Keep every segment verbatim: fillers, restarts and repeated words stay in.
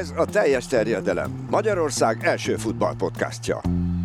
Ez a Teljes terjedelem, Magyarország első futballpodcastja.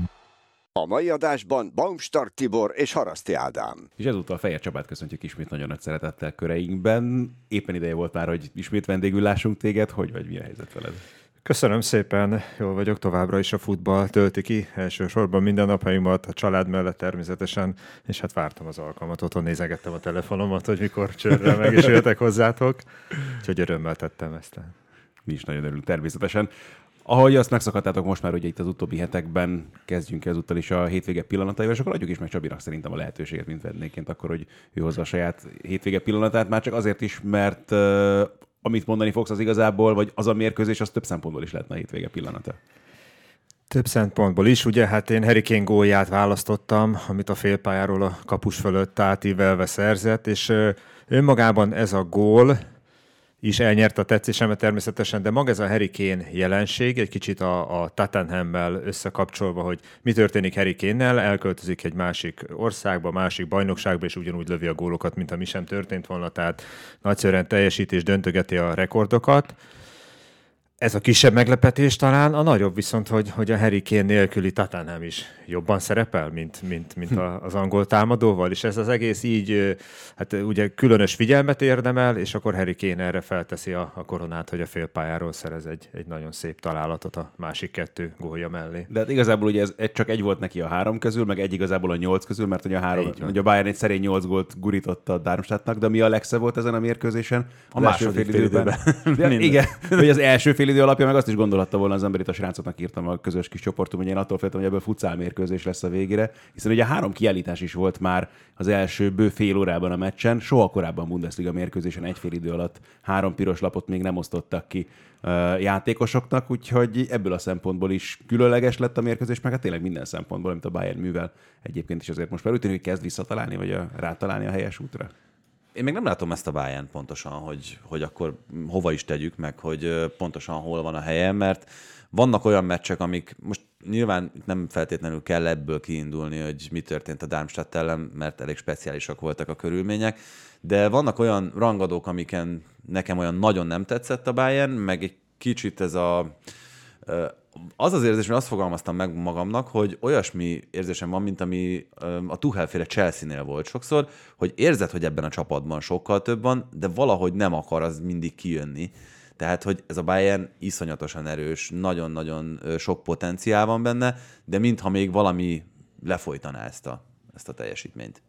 A mai adásban Baumstark Tibor és Haraszti Ádám. És ezúttal Fehér Csabát köszöntjük ismét nagyon nagy szeretettel köreinkben. Éppen ideje volt már, hogy ismét vendégül lássunk téged. Hogy vagy, mi a helyzet veled? Köszönöm szépen, jól vagyok, továbbra is a futball tölti ki, elsősorban minden napjaimat, a család mellett természetesen, és hát vártam az alkalmat, otthon nézegettem a telefonomat, hogy mikor csörre meg, és jöttek hozzátok, úgyhogy örömmel tettem ezt. Mi is nagyon örülünk természetesen. Ahogy azt megszakadtátok most már, ugye itt az utóbbi hetekben kezdjünk ezúttal is a hétvége pillanataival, és akkor adjuk is meg Csabinak szerintem a lehetőséget, mint vendégként, akkor, hogy ő hozza a saját hétvége pillanatát, már csak azért is, mert uh, amit mondani fogsz, az igazából, vagy az a mérkőzés, az több szempontból is lehetne a hétvége pillanata. Több szempontból is, ugye, hát én Harry Kane gólját választottam, amit a félpályáról a kapus fölött átívelve szerzett, és uh, önmagában ez a gól is elnyerte a tetszésemet természetesen, de maga ez a Harry Kane jelenség, egy kicsit a, a Tottenhammel összekapcsolva, hogy mi történik Harry Kane-nel, elköltözik egy másik országba, másik bajnokságba, és ugyanúgy lövi a gólokat, mint ha mi sem történt volna, tehát nagyszerűen teljesít és döntögeti a rekordokat. Ez a kisebb meglepetés talán, a nagyobb viszont, hogy, hogy a Harry Kane nélküli Tottenham is jobban szerepel, mint, mint, mint a, az angol támadóval, és ez az egész így, hát ugye különös figyelmet érdemel, és akkor Harry Kane erre felteszi a, a koronát, hogy a félpályáról szerez egy, egy nagyon szép találatot a másik kettő gólja mellé. De hát igazából ugye ez csak egy volt neki a három közül, meg egy igazából a nyolc közül, mert ugye a, három, ugye a Bayern egy szerény nyolc gólt gurított a Darmstadtnak, de mi a legszebb volt ezen a mérkőzésen? A második fél időben. Ja, igen, hogy az első fél idő alapja meg azt is gondolhatta volna az ember, itt a srácoknak írtam a közös kis csoportom, hogy én attól féltem, hogy ebből futszál mérkőzés lesz a végére, hiszen ugye három kiállítás is volt már az első bő fél órában a meccsen, soha korábban Bundesliga mérkőzésen egy fél idő alatt három piros lapot még nem osztottak ki uh, játékosoknak, úgyhogy ebből a szempontból is különleges lett a mérkőzés, meg hát tényleg minden szempontból, amit a Bayern művel egyébként is azért most már úgy tűnik, hogy kezd visszatalálni, vagy a, rátalálni a helyes útra. Én még nem látom ezt a Bayern pontosan, hogy, hogy akkor hova is tegyük meg, hogy pontosan hol van a helye, mert vannak olyan meccsek, amik most nyilván nem feltétlenül kell ebből kiindulni, hogy mi történt a Darmstadt ellen, mert elég speciálisak voltak a körülmények, de vannak olyan rangadók, amiken nekem olyan nagyon nem tetszett a Bayern, meg egy kicsit ez a... Az az érzés, hogy azt fogalmaztam meg magamnak, hogy olyasmi érzésem van, mint ami a Tuchel-féle Chelsea-nél volt sokszor, hogy érzed, hogy ebben a csapatban sokkal több van, de valahogy nem akar az mindig kijönni. Tehát, hogy ez a Bayern iszonyatosan erős, nagyon-nagyon sok potenciál van benne, de mintha még valami lefolytaná ezt a, ezt a teljesítményt.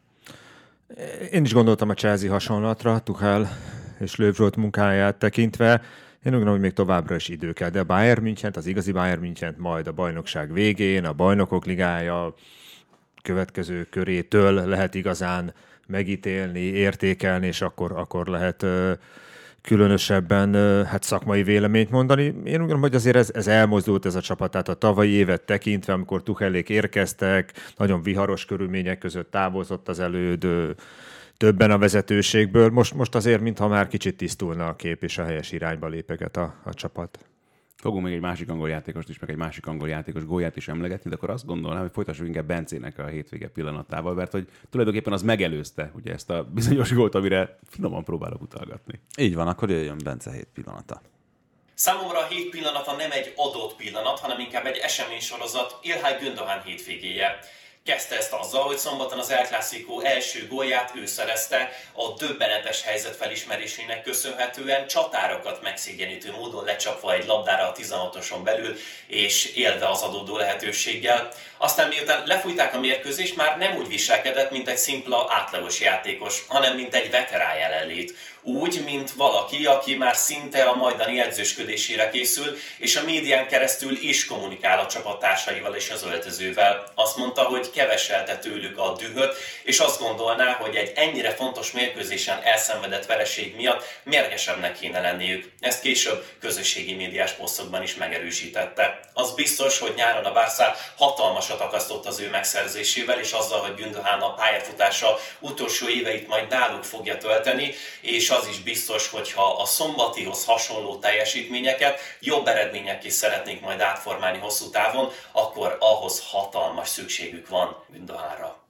Én is gondoltam a Chelsea hasonlatra, Tuchel és Löw Zsolt munkáját tekintve. Én úgy gondolom, hogy még továbbra is idő kell, de a Bayern Münchent, az igazi Bayern Münchent majd a bajnokság végén, a Bajnokok Ligája következő körétől lehet igazán megítélni, értékelni, és akkor, akkor lehet ö, különösebben ö, hát szakmai véleményt mondani. Én úgy gondolom, hogy azért ez, ez elmozdult ez a csapat, tehát a tavalyi évet tekintve, amikor Tuchelék érkeztek, nagyon viharos körülmények között távozott az elődő, többen a vezetőségből. Most, most azért, mintha már kicsit tisztulna a kép, és a helyes irányba lépeget a, a csapat. Fogunk még egy másik angol játékost is, meg egy másik angol játékos gólját is emlegetni, de akkor azt gondolnám, hogy folytassuk inkább Bencének a hétvége pillanatával, mert hogy tulajdonképpen az megelőzte ugye ezt a bizonyos gólt, amire finoman próbálok utalgatni. Így van, akkor jöjjön Bence hét pillanata. Számomra a hét pillanata nem egy adott pillanat, hanem inkább egy eseménysorozat, Ilkay Gündoğan hétvégéje. Kezdte ezt azzal, hogy szombaton az El Clásico első gólját ő szerezte, a döbbenetes helyzet felismerésének köszönhetően csatárokat megszégyenítő módon lecsapva egy labdára a tizenhatoson belül, és élve az adódó lehetőséggel. Aztán miután lefújták a mérkőzést, már nem úgy viselkedett, mint egy szimpla átlagos játékos, hanem mint egy veterán jelenlét. Úgy, mint valaki, aki már szinte a majdani edzősködésére készül, és a médián keresztül is kommunikál a csapattársaival és az öltözővel. Azt mondta, hogy keveselte tőlük a dühöt, és azt gondolná, hogy egy ennyire fontos mérkőzésen elszenvedett vereség miatt mérgesebbnek kéne lenniük. Ezt később közösségi médiás posztokban is megerősítette. Az biztos, hogy nyáron a Barca hatalmasat akasztott az ő megszerzésével, és azzal, hogy Gündoğan a pályafutása utolsó éveit majd náluk fogja tölteni, és az is biztos, hogyha a szombatihoz hasonló teljesítményeket jobb eredményekké szeretnék majd átformálni hosszú távon, akkor ahhoz hatalmas szükségük van Gündoğanra.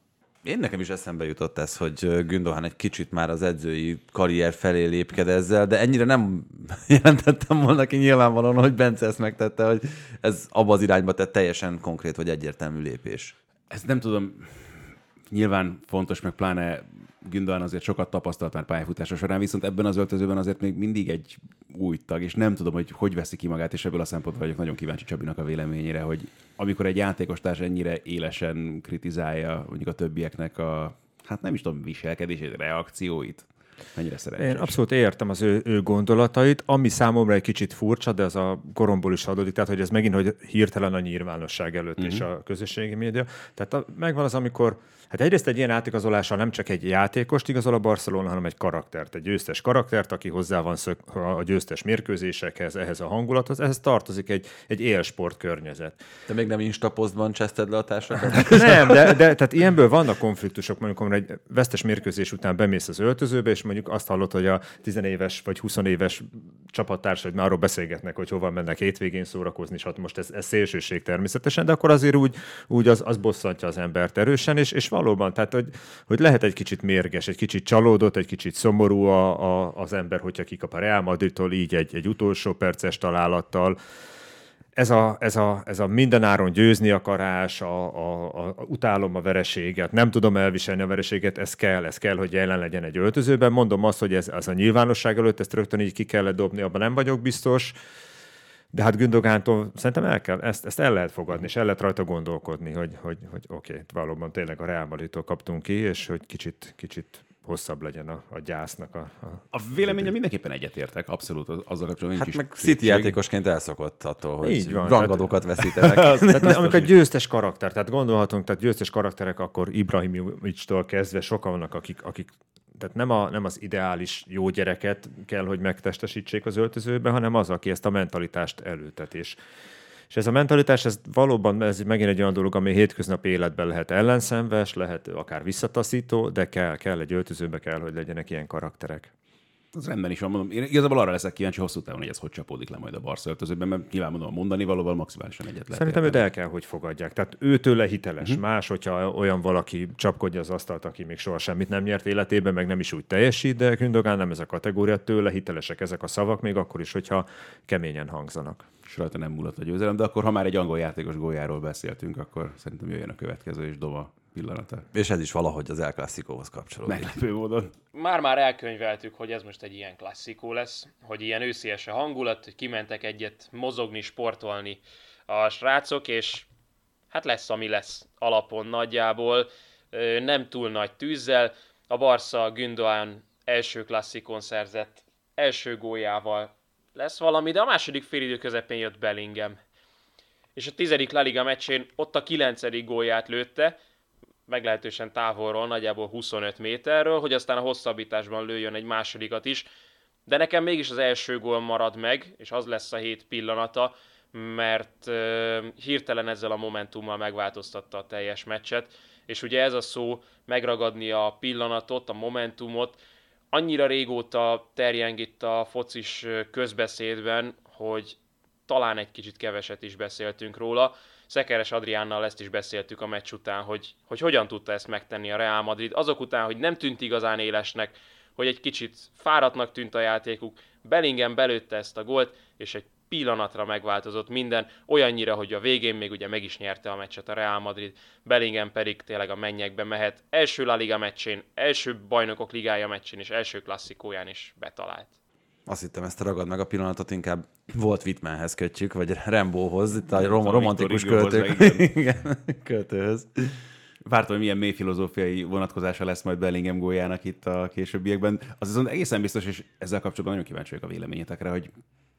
Én nekem is eszembe jutott ez, hogy Gündoğan egy kicsit már az edzői karrier felé lépked ezzel, de ennyire nem jelentettem volna ki nyilvánvalóan, hogy Bence ezt megtette, hogy ez abba az irányba tett teljesen konkrét vagy egyértelmű lépés. Ezt nem tudom, nyilván fontos, meg pláne Gündoğan azért sokat tapasztalt már pályafutása során, viszont ebben az öltözőben azért még mindig egy új tag, és nem tudom, hogy hogy veszi ki magát, és ebből a szempontból vagyok nagyon kíváncsi Csabinak a véleményére, hogy amikor egy játékostárs ennyire élesen kritizálja mondjuk a többieknek a, hát nem is tudom, viselkedését, reakcióit, mennyire szerencsés. Én abszolút értem az ő, ő gondolatait, ami számomra egy kicsit furcsa, de az a koromból is adódik, tehát hogy ez megint, hogy hirtelen a nyilvánosság előtt mm-hmm. és a közösségi média. Tehát a, megvan az, amikor hát egyrészt egy ilyen átigazolással nem csak egy játékost igazol a Barcelona, hanem egy karaktert, egy győztes karaktert, aki hozzá van szök a győztes mérkőzésekhez, ehhez a hangulathoz, ehhez tartozik egy, egy élsport környezet. Te még nem Instapostban cseszted le a társakat? Nem, de, de tehát ilyenből vannak konfliktusok, mondjuk, amikor egy vesztes mérkőzés után bemész az öltözőbe, és mondjuk azt hallod, hogy a tizenéves vagy húszéves csapattársaid már arról beszélgetnek, hogy hova mennek hétvégén szórakozni, és hát most ez, ez szélsőség természetesen, de akkor azért úgy, úgy az, az bosszantja az embert erősen, és, és valóban, tehát hogy, hogy lehet egy kicsit mérges, egy kicsit csalódott, egy kicsit szomorú a, a, az ember, hogyha kikap a Real Madridtól így egy, egy utolsó perces találattal. Ez a, ez, a, ez a mindenáron győzni akarás, a, a, a, utálom a vereséget, nem tudom elviselni a vereséget, ez kell, ez kell, hogy jelen legyen egy öltözőben. Mondom azt, hogy ez, ez a nyilvánosság előtt, ezt rögtön így ki kellett dobni, abban nem vagyok biztos, de hát Gündoğantól szerintem el kell, ezt, ezt el lehet fogadni, és el lehet rajta gondolkodni, hogy, hogy, hogy oké, okay, valóban tényleg a Real Madridtól kaptunk ki, és hogy kicsit, kicsit hosszabb legyen a, a gyásznak. A, a, a véleményem mindenképpen egyetértek, abszolút azzal kapcsolatban. Hát meg City játékosként elszokott attól, hogy van, rangadókat veszítenek. Tehát, amikor győztes karakter, tehát gondolhatunk, tehát győztes karakterek, akkor Ibrahimovic-től kezdve sokan vannak, akik, akik tehát nem, a, nem az ideális jó gyereket kell, hogy megtestesítsék az öltözőbe, hanem az, aki ezt a mentalitást elültet. És, és ez a mentalitás, ez valóban ez megint egy olyan dolog, ami hétköznapi életben lehet ellenszenves, lehet akár visszataszító, de kell, kell egy öltözőbe kell, hogy legyenek ilyen karakterek. Az rendben is van, mondom. Én igazából arra leszek kíváncsi hosszú távon, hogy ez hogy csapódik le majd a Barca öltözőben, mert nyilván mondom, a mondani valóval maximálisan egyet lehet. Szerintem őt el kell, hogy fogadják. Tehát őtőle hiteles. Uh-huh. Más, hogyha olyan valaki csapkodja az asztalt, aki még soha semmit nem nyert életében, meg nem is úgy teljesít, de Gündoğan nem ez a kategória, tőle hitelesek ezek a szavak, még akkor is, hogyha keményen hangzanak. És rajta nem múlott a győzelem, de akkor, ha már egy angol játékos góljáról beszéltünk, akkor szerintem jöjjön a következő és Doma pillanata. És ez is valahogy az El Clasicóhoz kapcsolódik. Meglepő módon. Már-már elkönyveltük, hogy ez most egy ilyen klasszikó lesz, hogy ilyen őszies a hangulat, hogy kimentek egyet mozogni, sportolni a srácok, és hát lesz, ami lesz alapon nagyjából, nem túl nagy tűzzel. A Barca Gündoğan első klasszikon szerzett első góljával lesz valami, de a második félidő közepén jött Bellingham. És a tizedik La Liga meccsén ott a kilencedik gólját lőtte, meglehetősen távolról, nagyjából huszonöt méterről, hogy aztán a hosszabbításban lőjön egy másodikat is. De nekem mégis az első gól marad meg, és az lesz a hét pillanata, mert uh, hirtelen ezzel a momentummal megváltoztatta a teljes meccset, és ugye ez a szó, megragadni a pillanatot, a momentumot, annyira régóta terjeng itt a focis közbeszédben, hogy talán egy kicsit keveset is beszéltünk róla. Szekeres Adriánnal ezt is beszéltük a meccs után, hogy, hogy hogyan tudta ezt megtenni a Real Madrid. Azok után, hogy nem tűnt igazán élesnek, hogy egy kicsit fáradtnak tűnt a játékuk, Bellingham belőtte ezt a gólt, és egy pillanatra megváltozott minden, olyannyira, hogy a végén még ugye meg is nyerte a meccset a Real Madrid, Bellingham pedig tényleg a mennyekbe mehet. Első La Liga meccsén, első Bajnokok Ligája meccsén és első klasszikóján is betalált. Azt hittem, ezt ragad meg a pillanatot, inkább Walt Whitmanhez kötjük, vagy Rambóhoz, itt a rom- romantikus költő. Igen, költőhöz. Vártam, hogy milyen mély filozófiai vonatkozása lesz majd Bellingham góljának itt a későbbiekben. Az viszont egészen biztos, és ezzel kapcsolatban nagyon kíváncsi vagyok a véleményetekre, hogy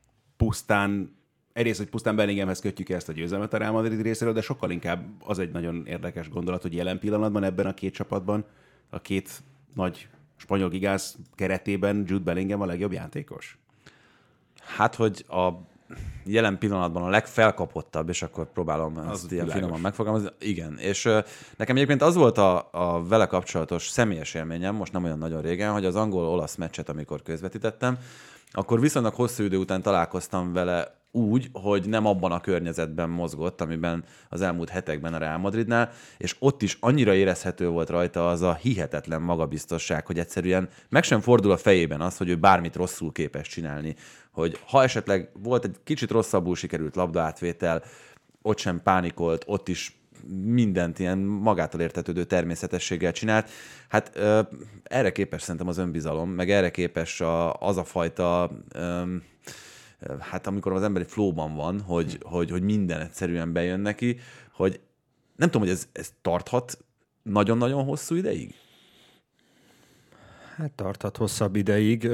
pusztán, egyrészt, hogy pusztán Bellinghamhez kötjük ezt a győzelmet a Real Madrid részéről, de sokkal inkább az egy nagyon érdekes gondolat, hogy jelen pillanatban ebben a két csapatban, a két nagy spanyol gigász keretében Jude Bellingham a legjobb játékos? Hát, hogy a jelen pillanatban a legfelkapottabb, és akkor próbálom az ezt ilyen finoman megfogalmazni. Igen, és uh, nekem egyébként az volt a, a vele kapcsolatos személyes élményem, most nem olyan nagyon régen, hogy az angol-olasz meccset, amikor közvetítettem, akkor viszonylag hosszú idő után találkoztam vele úgy, hogy nem abban a környezetben mozgott, amiben az elmúlt hetekben a Real Madridnál, és ott is annyira érezhető volt rajta az a hihetetlen magabiztosság, hogy egyszerűen meg sem fordul a fejében az, hogy ő bármit rosszul képes csinálni. Hogy ha esetleg volt egy kicsit rosszabbul sikerült labdaátvétel, ott sem pánikolt, ott is mindent ilyen magától értetődő természetességgel csinált. Hát ö, erre képes szerintem az önbizalom, meg erre képes a, az a fajta... Ö, hát amikor az ember egy flowban van, hogy, hogy, hogy minden egyszerűen bejön neki, hogy nem tudom, hogy ez, ez tarthat nagyon-nagyon hosszú ideig? Hát tarthat hosszabb ideig,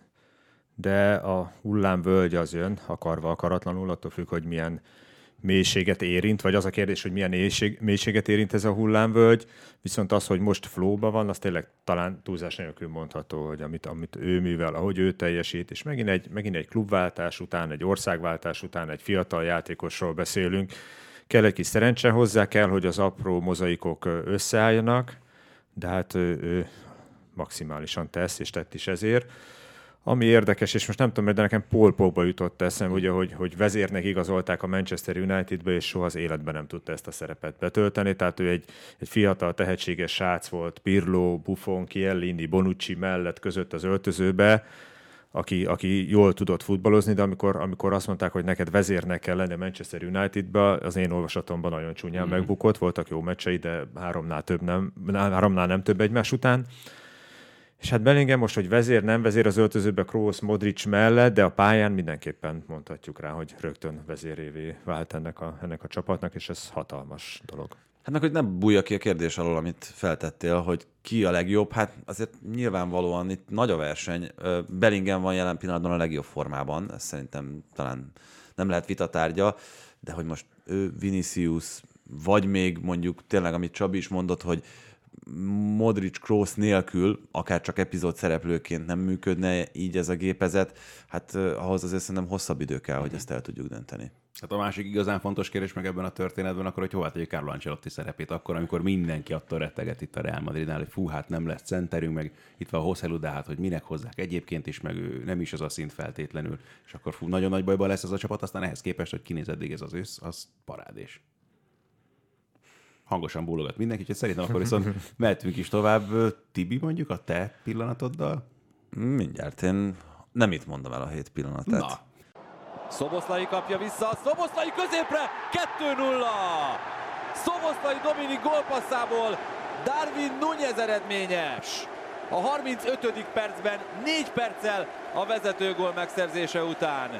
de a hullámvölgy az jön, akarva akaratlanul, attól függ, hogy milyen mélységet érint, vagy az a kérdés, hogy milyen mélység, mélységet érint ez a hullámvölgy, viszont az, hogy most flowban van, az tényleg talán túlzás nélkül mondható, hogy amit, amit ő művel, ahogy ő teljesít, és megint egy, megint egy klubváltás után, egy országváltás után, egy fiatal játékosról beszélünk, kell egy kis szerencse hozzá, kell, hogy az apró mozaikok összeálljanak, de hát ő, ő maximálisan tesz, és tett is ezért. Ami érdekes, és most nem tudom, de nekem Paul Pogba jutott eszem, ugye, hogy, hogy vezérnek igazolták a Manchester Unitedbe, és soha az életben nem tudta ezt a szerepet betölteni. Tehát ő egy, egy fiatal, tehetséges srác volt, Pirlo, Buffon, Chiellini, Bonucci mellett között az öltözőbe, aki, aki jól tudott futballozni, de amikor, amikor azt mondták, hogy neked vezérnek kell lenni a Manchester Unitedbe, az én olvasatomban nagyon csúnyán mm. megbukott, voltak jó meccsei, de háromnál, több nem, háromnál nem több egymás után. És hát Bellingham most, hogy vezér, nem vezér az öltözőbe Kroos, Modric mellett, de a pályán mindenképpen mondhatjuk rá, hogy rögtön vezérévé vált ennek a, ennek a csapatnak, és ez hatalmas dolog. Hát meg, hogy ne bújja ki a kérdés alól, amit feltettél, hogy ki a legjobb, hát azért nyilvánvalóan itt nagy a verseny. Bellingham van jelen pillanatban a legjobb formában, ez szerintem talán nem lehet vitatárgya, de hogy most ő, Vinicius, vagy még mondjuk tényleg, amit Csabi is mondott, hogy Modric, Kroos nélkül, akár csak epizód szereplőként nem működne így ez a gépezet, hát uh, ahhoz azért szerintem hosszabb idő kell, hogy ezt el tudjuk dönteni. Hát a másik igazán fontos kérdés meg ebben a történetben, akkor, hogy hová tegyük Carlo Ancelotti szerepét, akkor, amikor mindenki attól retteget itt a Real Madridnál, hogy fú, hát nem lesz centerünk, meg itt van José Lu, de hát, hogy minek hozzák egyébként is, meg ő nem is az a szint feltétlenül, és akkor fú, nagyon nagy bajban lesz ez a csapat, aztán ehhez képest, hogy kinéz eddig ez az ősz, az parádés. Hangosan bólogat mindenki, úgyhogy szerintem akkor viszont mehetünk is tovább. Tibi, mondjuk a te pillanatoddal? Mindjárt, én nem itt mondom el a hét pillanatát. Na. Szoboszlai kapja vissza, Szoboszlai középre, kettő nulla! Szoboszlai Dominik gólpasszából Darwin Núñez eredményes. A harmincötödik percben négy perccel a vezetőgól megszerzése után.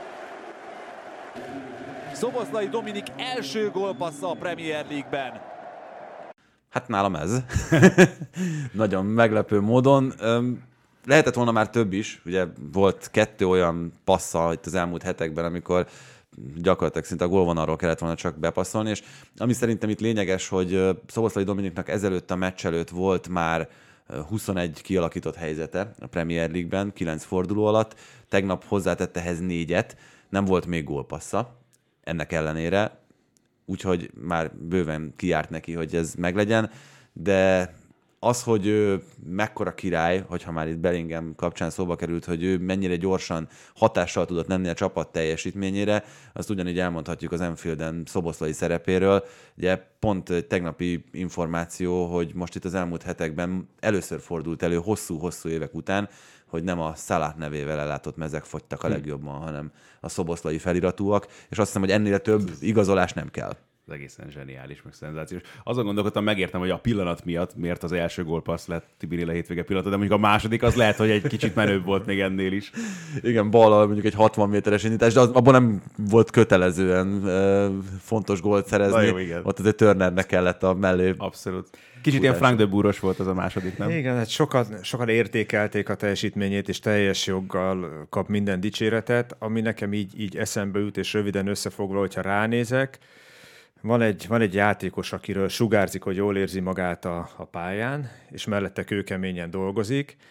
Szoboszlai Dominik első gólpassza a Premier League-ben. Hát nálam ez. Nagyon meglepő módon. Lehetett volna már több is. Ugye volt kettő olyan passza itt az elmúlt hetekben, amikor gyakorlatilag szinte a gólvonalról kellett volna csak bepasszolni, és ami szerintem itt lényeges, hogy Szoboszlai Dominiknak ezelőtt a meccs előtt volt már huszonegy kialakított helyzete a Premier League-ben, kilenc forduló alatt. Tegnap hozzátett ehhez négyet, nem volt még gólpassza ennek ellenére, úgyhogy már bőven kijárt neki, hogy ez meglegyen, de az, hogy ő mekkora király, hogyha már itt Bellingham kapcsán szóba került, hogy ő mennyire gyorsan hatással tudott lenni a csapat teljesítményére, azt ugyanígy elmondhatjuk az Anfielden Szoboszlai szerepéről. Ugye pont egy tegnapi információ, hogy most itt az elmúlt hetekben először fordult elő hosszú-hosszú évek után, hogy nem a Salah nevével ellátott mezek fogytak a legjobban, hanem a szoboszlai feliratúak, és azt hiszem, hogy ennél több igazolás nem kell. Ez egészen zseniális, meg szenzációs. Azon gondolkodtam, megértem, hogy a pillanat miatt miért az első gólpassz lett Tibinél a hétvége pillanata, de mondjuk a második az lehet, hogy egy kicsit menőbb volt még ennél is. Igen, ballal mondjuk egy hatvan méteres indítás, de az, abban nem volt kötelezően e, fontos gólt szerezni. Jó, igen. Ott azért Turnernek kellett a mellé. Abszolút. Kicsit futás. Ilyen Frank de Boeros volt az a második, nem? Igen, hát sokan, sokan értékelték a teljesítményét, és teljes joggal kap minden dicséretet, ami nekem így, így eszembe jut, és röviden összefoglalva, hogyha ránézek. Van egy, van egy játékos, akiről sugárzik, hogy jól érzi magát a, a pályán, és mellette kőkeményen dolgozik,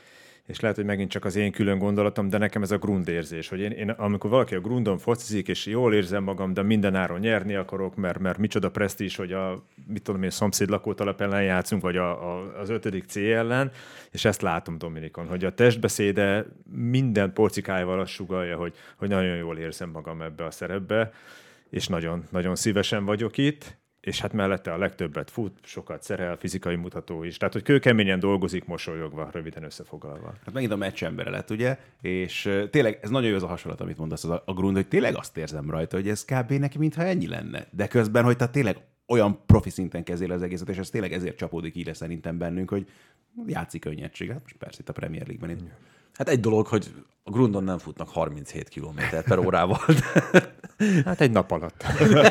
és lehet, hogy megint csak az én külön gondolatom, de nekem ez a grundérzés, hogy én, én amikor valaki a grundon focizik, és jól érzem magam, de minden áron nyerni akarok, mert, mert micsoda presztízs, hogy a mit tudom én, szomszéd lakótelep ellen játszunk, vagy a, a, az ötödik C ellen, és ezt látom Dominikon, hogy a testbeszéde minden porcikájával azt sugallja, hogy, hogy nagyon jól érzem magam ebbe a szerepbe, és nagyon, nagyon szívesen vagyok itt, és hát mellette a legtöbbet fut, sokat szerel, fizikai mutató is. Tehát, hogy kőkeményen dolgozik, mosolyogva, röviden összefoglalva. Hát megint a meccs embere lett, ugye? És uh, tényleg ez nagyon jó az a hasonlat, amit mondasz, az a, a grund, hogy tényleg azt érzem rajta, hogy ez kb. Neki mintha ennyi lenne. De közben, hogy tehát tényleg olyan profi szinten kezél az egészet, és ez tényleg ezért csapódik ide szerintem bennünk, hogy játszik könnyedség. Hát most persze itt a Premier League-ben itt. Hát egy dolog, hogy a grundon nem futnak harminchét kilométer per órával. Hát egy nap alatt.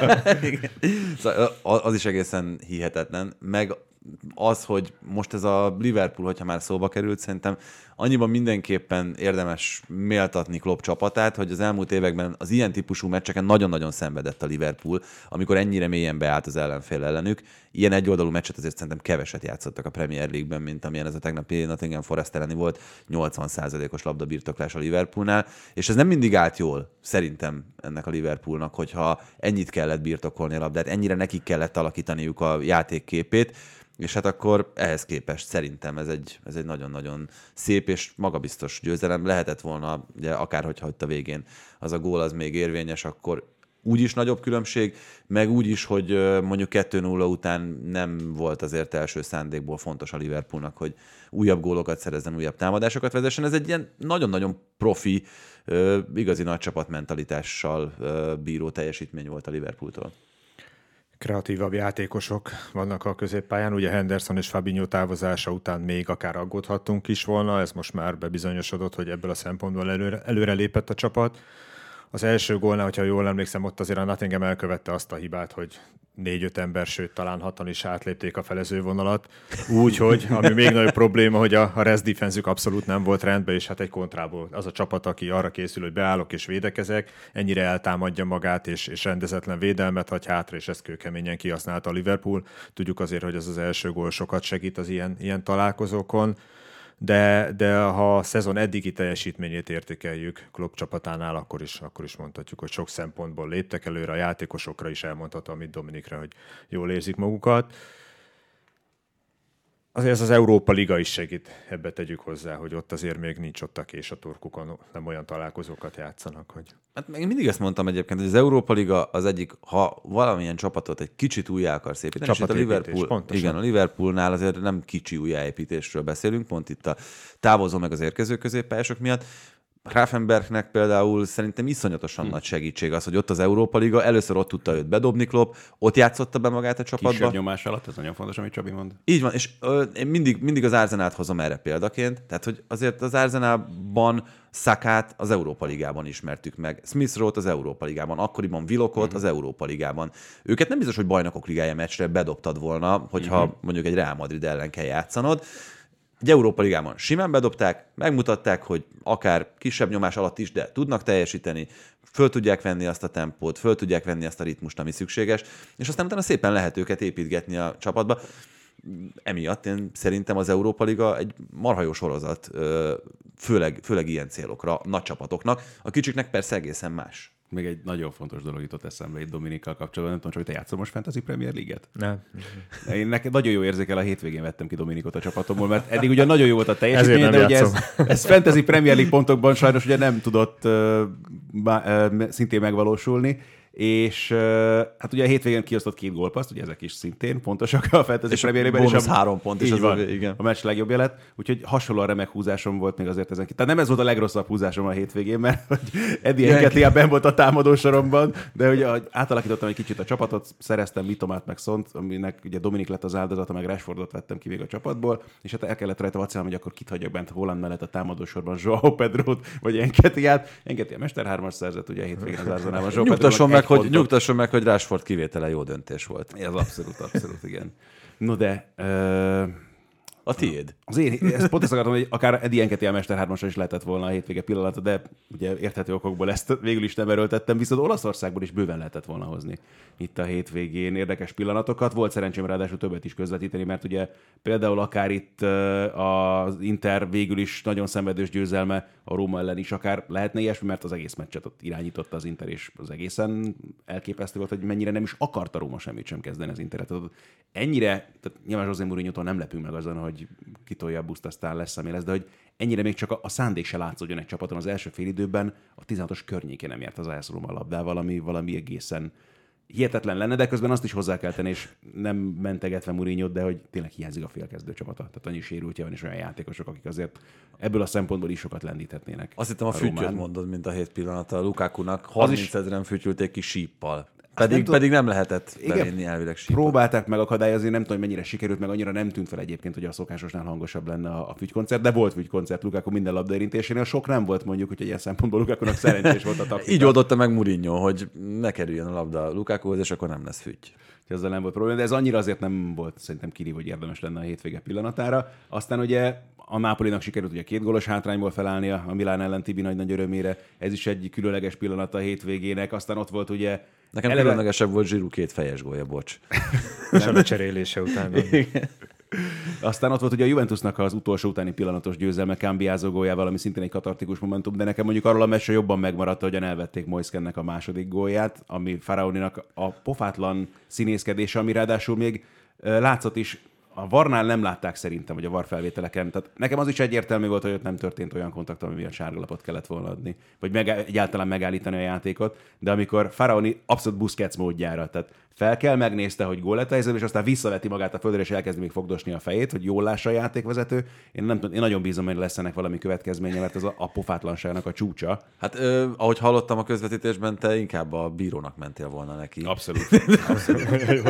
Szóval az is egészen hihetetlen. Meg az, hogy most ez a Liverpool, hogyha már szóba került, szerintem annyiban mindenképpen érdemes méltatni Klopp csapatát, hogy az elmúlt években az ilyen típusú meccseken nagyon-nagyon szenvedett a Liverpool, amikor ennyire mélyen beállt az ellenfél ellenük. Ilyen egyoldalú meccset azért szerintem keveset játszottak a Premier League-ben, mint amilyen ez a tegnapi Nottingham Forest elleni volt, nyolcvan százalékos labdabirtoklás a Liverpoolnál, és ez nem mindig állt jól, szerintem ennek a Liverpoolnak, hogyha ennyit kellett birtokolni a labdát, ennyire nekik kellett alakítaniuk a játékképét, és hát akkor ehhez képest szerintem ez egy, ez egy nagyon-nagyon szép és magabiztos győzelem. Lehetett volna, ugye, akár hogyha ott a végén az a gól az még érvényes, akkor úgyis nagyobb különbség, meg úgyis, hogy mondjuk kettő nulla után nem volt azért első szándékból fontos a Liverpoolnak, hogy újabb gólokat szerezzen, újabb támadásokat vezessen. Ez egy ilyen nagyon-nagyon profi, igazi nagy csapatmentalitással bíró teljesítmény volt a Liverpooltól. Kreatívabb játékosok vannak a középpályán, ugye Henderson és Fabinho távozása után még akár aggódhattunk is volna, ez most már bebizonyosodott, hogy ebből a szempontból előre, előre lépett a csapat. Az első gólnál, hogyha jól emlékszem, ott azért a Nottingham elkövette azt a hibát, hogy négy-öt ember, sőt talán hatan is átlépték a felezővonalat. Úgyhogy, ami még nagyobb probléma, hogy a, a rest defenzük abszolút nem volt rendben, és hát egy kontrából az a csapat, aki arra készül, hogy beállok és védekezek, ennyire eltámadja magát, és, és rendezetlen védelmet hagy hátra, és ezt kőkeményen kihasználta a Liverpool. Tudjuk azért, hogy ez az első gól sokat segít az ilyen, ilyen találkozókon. De, de ha a szezon eddigi teljesítményét értékeljük Klopp csapatánál, akkor is, akkor is mondhatjuk, hogy sok szempontból léptek előre, a játékosokra is elmondhatom, amit Dominikra, hogy jól érzik magukat. Azért ez az Európa Liga is segít, ebbe tegyük hozzá, hogy ott azért még nincs ott a kés a torkukon, nem olyan találkozókat játszanak, hogy... Hát én mindig ezt mondtam egyébként, hogy az Európa Liga az egyik, ha valamilyen csapatot egy kicsit újjá akarsz építeni, és itt a Liverpool, pontosan. Igen, a Liverpoolnál azért nem kicsi újjáépítésről beszélünk, pont itt a távozó meg az érkező középpályások miatt. Grafenbergnek például szerintem iszonyatosan hmm. nagy segítség az, hogy ott az Európa Liga, először ott tudta őt bedobni Klopp, ott játszotta be magát a csapatba. Kisebb nyomás alatt, ez nagyon fontos, amit Csabi mond. Így van, és ö, én mindig, mindig az Arsenalt hozom erre példaként, tehát hogy azért az Arsenalban Sakát az Európa Ligában ismertük meg, Smith Rowe-t az Európa Ligában, akkoriban Willockot hmm. az Európa Ligában. Őket nem biztos, hogy Bajnokok Ligája meccsre bedobtad volna, hogyha hmm. mondjuk egy Real Madrid ellen kell játszanod. Egy Európa Ligában simán bedobták, megmutatták, hogy akár kisebb nyomás alatt is, de tudnak teljesíteni, föl tudják venni azt a tempót, föl tudják venni azt a ritmust, ami szükséges, és aztán utána szépen lehet őket építgetni a csapatba. Emiatt én szerintem az Európa Liga egy marha jó sorozat, főleg, főleg ilyen célokra, nagy csapatoknak. A kicsiknek persze egészen más. Még egy nagyon fontos dolog jutott eszembe itt Dominikkal kapcsolatban. Nem tudom, hogy te játszol most Fantasy Premier League-et? Nem. Én nekem nagyon jó érzékel, a hétvégén vettem ki Dominikot a csapatomból, mert eddig ugye nagyon jó volt a teljesítmény, de ugye ez, ez Fantasy Premier League pontokban sajnos ugye nem tudott uh, bá, uh, szintén megvalósulni, és uh, hát ugye a hétvégén kiosztott két gólpaszt, ugye ezek is szintén pontosak a Fantasy és Premier League-ben. És a három pont is az van, a, igen. a meccs legjobbja lett, úgyhogy hasonlóan remek húzásom volt még azért ezen ki. Tehát nem ez volt a legrosszabb húzásom a hétvégén, mert Eddie Nketiah benn volt a támadó soromban, de ugye átalakítottam egy kicsit a csapatot, szereztem Mitomát meg Szont, aminek ugye Dominik lett az áldozata, meg Rashfordot vettem ki még a csapatból, és hát el kellett rajta vacilálnom, hogy akkor kit hagyjak bent Holland mellett a támadó sorban, Joao Pedrót vagy Nketiah-t. Nketiah mester hármas szerzett ugye a hétvégén az Arsenalban. Nyugtasson meg, hogy nyugtasson meg, hogy Rashford kivétele jó döntés volt. Ez abszolút, abszolút, igen. No de, uh, A tiéd. Az én, ezt pont ezt akartam, hogy akár Eddie Nketiah Mester hármasra is lehetett volna a hétvége pillanata, de ugye érthető okokból ezt végül is nem erőltettem, viszont Olaszországból is bőven lehetett volna hozni itt a hétvégén érdekes pillanatokat. Volt szerencsém ráadásul többet is közvetíteni, mert ugye például akár itt az Inter végül is nagyon szenvedős győzelme a Róma ellen is akár lehetne ilyesmi, mert az egész meccset ott irányította az Inter, és az egészen elképesztő volt, hogy mennyire nem is akarta Róma semmit sem kezdeni az Interet. Tehát ennyire, tehát nyilván José Mourinho-tól nem lepünk meg azon, hogy kitolja a buszt, aztán lesz, ami lesz, de hogy ennyire még csak a, a szándék se látszódjon egy csapaton. Az első fél időben a tizenhatos környékén nem járt az á es Róma labdával, ami valami egészen hihetetlen lenne, de közben azt is hozzá kell tenni, és nem mentegetve Mourinho-t, de hogy tényleg hiányzik a félkezdő csapata. Tehát annyi sérültje van, és olyan játékosok, akik azért ebből a szempontból is sokat lendíthetnének. Azt hittem a, a fütyöt mondod, mint a hét pillanata. A Lukakunak is... harmincezren fütyülték ki síppal. Pedig nem, pedig nem lehetett bevinni elvileg síppal. Próbálták megakadályozni, nem tudom, hogy mennyire sikerült, meg annyira nem tűnt fel egyébként, hogy a szokásosnál hangosabb lenne a, a fügykoncert, de volt fügykoncert Lukaku minden labdaérintésénél. Sok nem volt mondjuk, hogy ilyen szempontból Lukakunak szerencsés volt a taktika. Így oldotta meg Mourinho, hogy ne kerüljön a labda Lukakuhoz, és akkor nem lesz fügy. Ezzel nem volt probléma, de ez annyira azért nem volt szerintem kirívó, hogy érdemes lenne a hétvége pillanatára. Aztán ugye a Napolinak sikerült ugye két gólos hátrányból felállnia a Milán ellen Tibi nagy-nagy örömére. Ez is egy különleges pillanat a hétvégének. Aztán ott volt ugye... Nekem eleve... különlegesebb volt Giroud két fejes gólja, bocs. És a cserélése után. Aztán ott volt ugye a Juventusnak az utolsó utáni pillanatos győzelme Cambiaso góljával, ami szintén egy katartikus momentum, de nekem mondjuk arról a meccsről jobban megmaradt, hogyan elvették Moiskennek a második gólját, ami Faraoninak a pofátlan színészkedése, ami ráadásul még látszott is, a VAR-nál nem látták szerintem, hogy a VAR felvételeken. Tehát nekem az is egyértelmű volt, hogy ott nem történt olyan kontakt, ami miatt sárgalapot kellett volna adni, vagy meg, egyáltalán megállítani a játékot, de amikor Faraoni abszolút Busquets módjára, tehát fel kell, megnézte, hogy gól lett a helyzetben, és aztán visszaveti magát a földre, és elkezdi még fogdosni a fejét, hogy jól lássa a játékvezető. Én, nem, én nagyon bízom, hogy lesz ennek valami következménye, mert ez a, a pofátlanságnak a csúcsa. Hát ö, ahogy hallottam a közvetítésben, te inkább a bírónak mentél volna neki. Abszolút. Abszolút.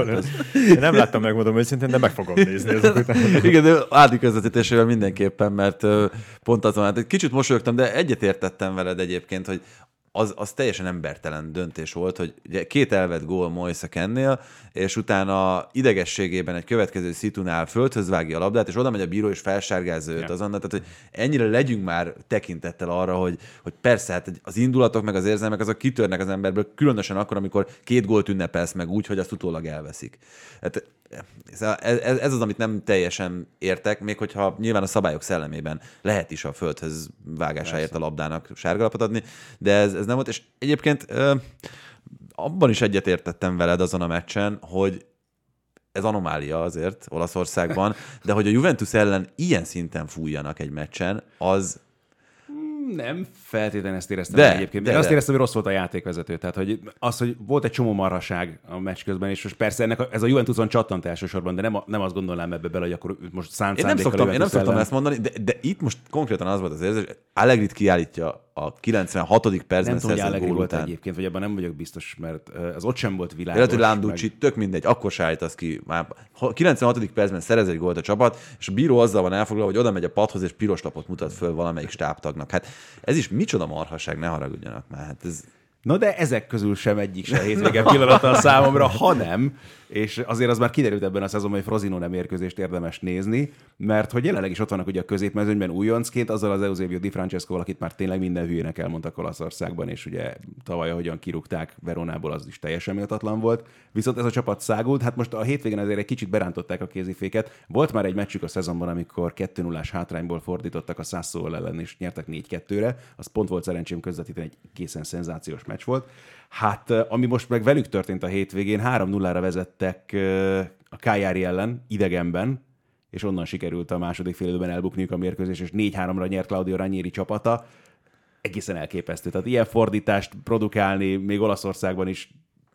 Én nem láttam, megmondom őszintén, de meg fogom nézni ezek után. Igen, de Ádi közvetítésével mindenképpen, mert ö, pont azon, hát egy kicsit mosolyogtam, de egyetértettem veled egyébként, hogy Az, az teljesen embertelen döntés volt, hogy ugye két elvett gól Moisekennél, és utána idegességében egy következő szitunál földhöz vágja a labdát, és oda megy a bíró, és felsárgázza őt yeah. azonnal. Tehát, hogy ennyire legyünk már tekintettel arra, hogy, hogy persze, hát az indulatok meg az érzelmek azok kitörnek az emberből, különösen akkor, amikor két gólt ünnepelsz meg úgy, hogy azt utólag elveszik. Hát, ez, ez az, amit nem teljesen értek, még hogyha nyilván a szabályok szellemében lehet is a földhöz vágásáért a labdának sárgalapot adni, de ez, ez nem volt. És egyébként ö, abban is egyetértettem veled azon a meccsen, hogy ez anomália azért Olaszországban, de hogy a Juventus ellen ilyen szinten fújjanak egy meccsen, az... Nem feltétlenül ezt éreztem de, egyébként. De, Én de. azt éreztem, hogy rossz volt a játékvezető. Tehát, hogy az, hogy volt egy csomó marhaság a meccs közben, és most persze ennek a, ez a Juventuson csattant elsősorban, de nem, a, nem azt gondolnám ebbe bele, hogy akkor most szánt Én nem szoktam, én nem szoktam ezt mondani, de, de itt most konkrétan az volt az érzés, hogy Allegrit kiállítja a kilencvenhatodik percben szerzett gól volt után. Egyébként, vagy abban nem vagyok biztos, mert az ott sem volt világos. Lehet, hogy Landucci, meg... tök mindegy, akkor se állítasz ki. Már kilencvenhatodik percben szerez egy gólt a csapat, és a bíró azzal van elfoglalva, hogy oda megy a padhoz, és piros lapot mutat föl valamelyik stábtagnak. Hát ez is micsoda marhaság, ne haragudjanak már. Hát ez... No, de ezek közül sem egyik se a hétvége pillanata a számomra, hanem, és azért az már kiderült ebben a szezonban, hogy Frosinone mérkőzést érdemes nézni, mert hogy jelenleg is ott vannak ugye a középmezőnyben újoncként, azzal az Eusebio Di Francescoval, akit már tényleg minden hülyének elmondtak Olaszországban, és ugye tavaly, ahogyan kirúgták Veronából, az is teljesen méltatlan volt. Viszont ez a csapat szágult, hát most a hétvégén azért egy kicsit berántották a kéziféket. Volt már egy meccsük a szezonban, amikor kettő nullás hátrányból fordítottak a Sassuolo ellen, és nyertek négy kettőre. Az pont volt szerencsém közvetíteni, egy egészen szenzációs meccs volt. Hát, ami most meg velük történt a hétvégén, három nullára vezettek a Cagliari ellen, idegenben, és onnan sikerült a második félidőben elbukniuk a mérkőzés, és négy háromra nyert Claudio Ranieri csapata. Egészen elképesztő. Tehát ilyen fordítást produkálni még Olaszországban is.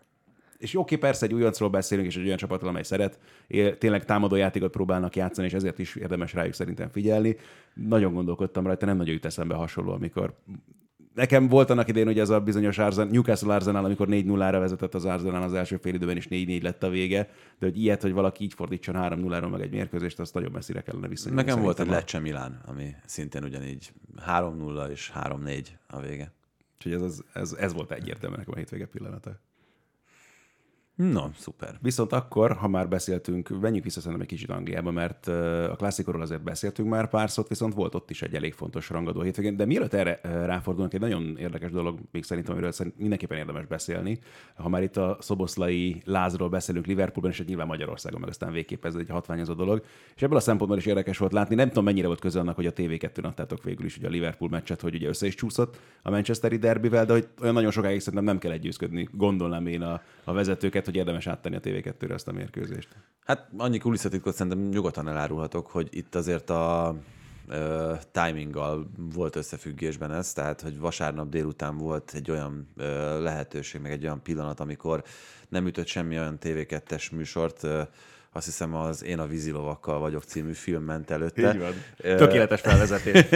És oké, persze egy újoncról beszélünk, és egy olyan csapatról, amely szeret, tényleg támadó játékot próbálnak játszani, és ezért is érdemes rájuk szerintem figyelni. Nagyon gondolkodtam rajta, nem nagyon jut eszembe hasonló, amikor nekem volt annak idején, hogy ez a bizonyos Arsenal, Newcastle Arsenal, amikor négy nullára vezetett az Arsenal az első fél időben, és négy négy lett a vége, de hogy ilyet, hogy valaki így fordítson három nulláról meg egy mérkőzést, azt nagyon messzire kellene visszanyúlni. Nekem volt egy Lecce Milán, ami szintén ugyanígy három nulla és három négy a vége. Úgyhogy ez, ez, ez, ez volt egyértelműen nekem a hétvége pillanata. Na, szuper. Viszont akkor, ha már beszéltünk, menjünk vissza szerintem egy kicsit Angliába, mert a klasszikorról azért beszéltünk már pár szót, viszont volt ott is egy elég fontos rangadó hétvégén. De mielőtt erre ráfordulunk, egy nagyon érdekes dolog, még szerintem, amiről mindenképpen érdemes beszélni. Ha már itt a szoboszlai lázról beszélünk Liverpoolban, és nyilván Magyarországon, meg aztán végképp ez egy hatványozó dolog. És ebből a szempontból is érdekes volt látni. Nem tudom, mennyire volt köze annak, hogy a té vé kettőn adtátok végül is ugye a Liverpool meccset, hogy ugye össze is csúszott a manchesteri derbivel, de hogy olyan nagyon sokáig szerintem nem kell együttködni, gondolnám én a, a vezetőket, hogy érdemes áttenni a té vé kettőre ezt a mérkőzést. Hát annyi kulisszatitkot szerintem nyugodtan elárulhatok, hogy itt azért a ö, timinggal volt összefüggésben ez, tehát hogy vasárnap délután volt egy olyan ö, lehetőség, meg egy olyan pillanat, amikor nem ütött semmi olyan té vé kettes műsort, ö, azt hiszem az Én a vízilovakkal vagyok című film ment előtte. Így van. Tökéletes felvezetés.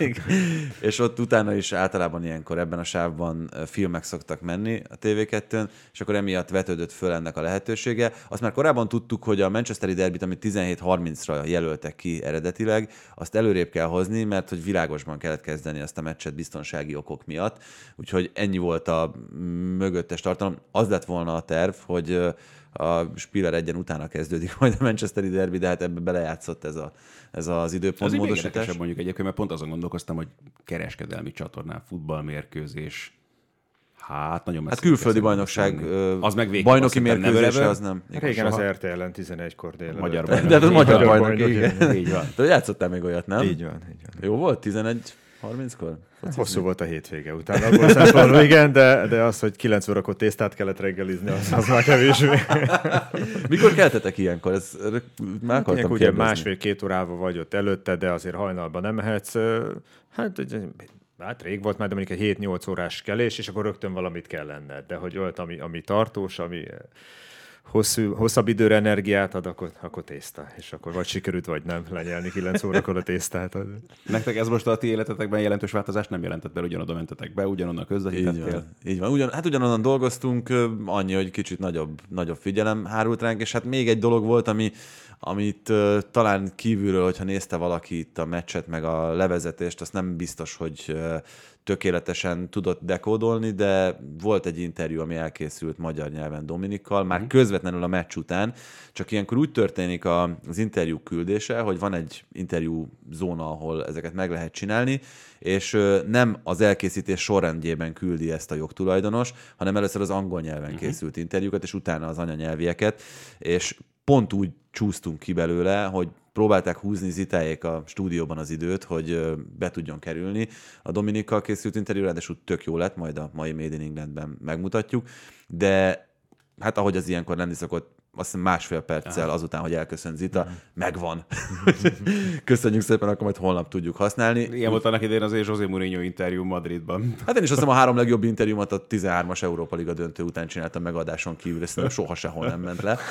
És ott utána is általában ilyenkor ebben a sávban filmek szoktak menni a té vé kettőn, és akkor emiatt vetődött föl ennek a lehetősége. Azt már korábban tudtuk, hogy a manchesteri derbit, amit tizenhét harmincra jelöltek ki eredetileg, azt előrébb kell hozni, mert hogy világosban kellett kezdeni ezt a meccset biztonsági okok miatt. Úgyhogy ennyi volt a mögöttes tartalom. Az lett volna a terv, hogy a Spiller egyen utána kezdődik majd a manchesteri derbi, de hát ebbe belejátszott ez, a, ez az időpont módosítás. Ez mondjuk egyébként, mert pont azon gondolkoztam, hogy kereskedelmi csatornán, futballmérkőzés, hát nagyon messze. Hát külföldi bajnokság, az meg bajnoki mérkőzése, az nem. Régen az er té el-en tizenegykor délelőtt. Magyar bajnok. De ez magyar bajnok, bajnok, igen. Így van. De játszottál még olyat, nem? Így van, így van. Jó volt? tizenegy harminckor? Hosszú volt a hétvége utána, abból szempontból, igen, de, de az, hogy kilenc órakor tésztát kellett reggelizni, az, az már kevésbé. Mikor keltetek ilyenkor? Ez, már akartam Ilyenkor kérdezni. ugye másfél-két órával vagy ott előtte, de azért hajnalban nem mehetsz. Hát, hát rég volt már, de mondjuk egy hét-nyolc órás kelés, és akkor rögtön valamit kell lenned. De hogy olyat, ami, ami tartós, ami hosszú, hosszabb időre energiát ad, akkor, akkor tészta. És akkor vagy sikerült, vagy nem lenyelni kilenc órakor a tésztát. Nektek ez most a ti életetekben jelentős változást nem jelentett, mert ugyanoda mentetek be, ugyanonnan közvetítettél. Így van. Így van. Ugyan, hát ugyanonnan dolgoztunk, annyi, hogy kicsit nagyobb, nagyobb figyelem hárult ránk, és hát még egy dolog volt, ami, amit uh, talán kívülről, hogyha nézte valaki itt a meccset, meg a levezetést, azt nem biztos, hogy uh, tökéletesen tudott dekódolni, de volt egy interjú, ami elkészült magyar nyelven Dominikkal, már közvetlenül a meccs után, csak ilyenkor úgy történik a, az interjú küldése, hogy van egy interjú zóna, ahol ezeket meg lehet csinálni, és nem az elkészítés sorrendjében küldi ezt a jogtulajdonos, hanem először az angol nyelven készült interjúkat, és utána az anyanyelvieket, és pont úgy csúsztunk ki belőle, hogy próbálták húzni Zitáék a stúdióban az időt, hogy be tudjon kerülni. A Dominikkal készült interjú, ráadásul tök jó lett, majd a mai Made in Englandben megmutatjuk, de hát ahogy az ilyenkor lenni szokott, azt hiszem másfél perccel Aha. azután, hogy elköszönt Zita, mm. megvan. Köszönjük szépen, akkor majd holnap tudjuk használni. Ilyen volt annak idején az José Mourinho interjú Madridban. Hát én is azt hiszem a három legjobb interjúmat a tizenhármas Európa Liga döntő után csináltam megadáson kívül, ezt soha sehol nem ment le.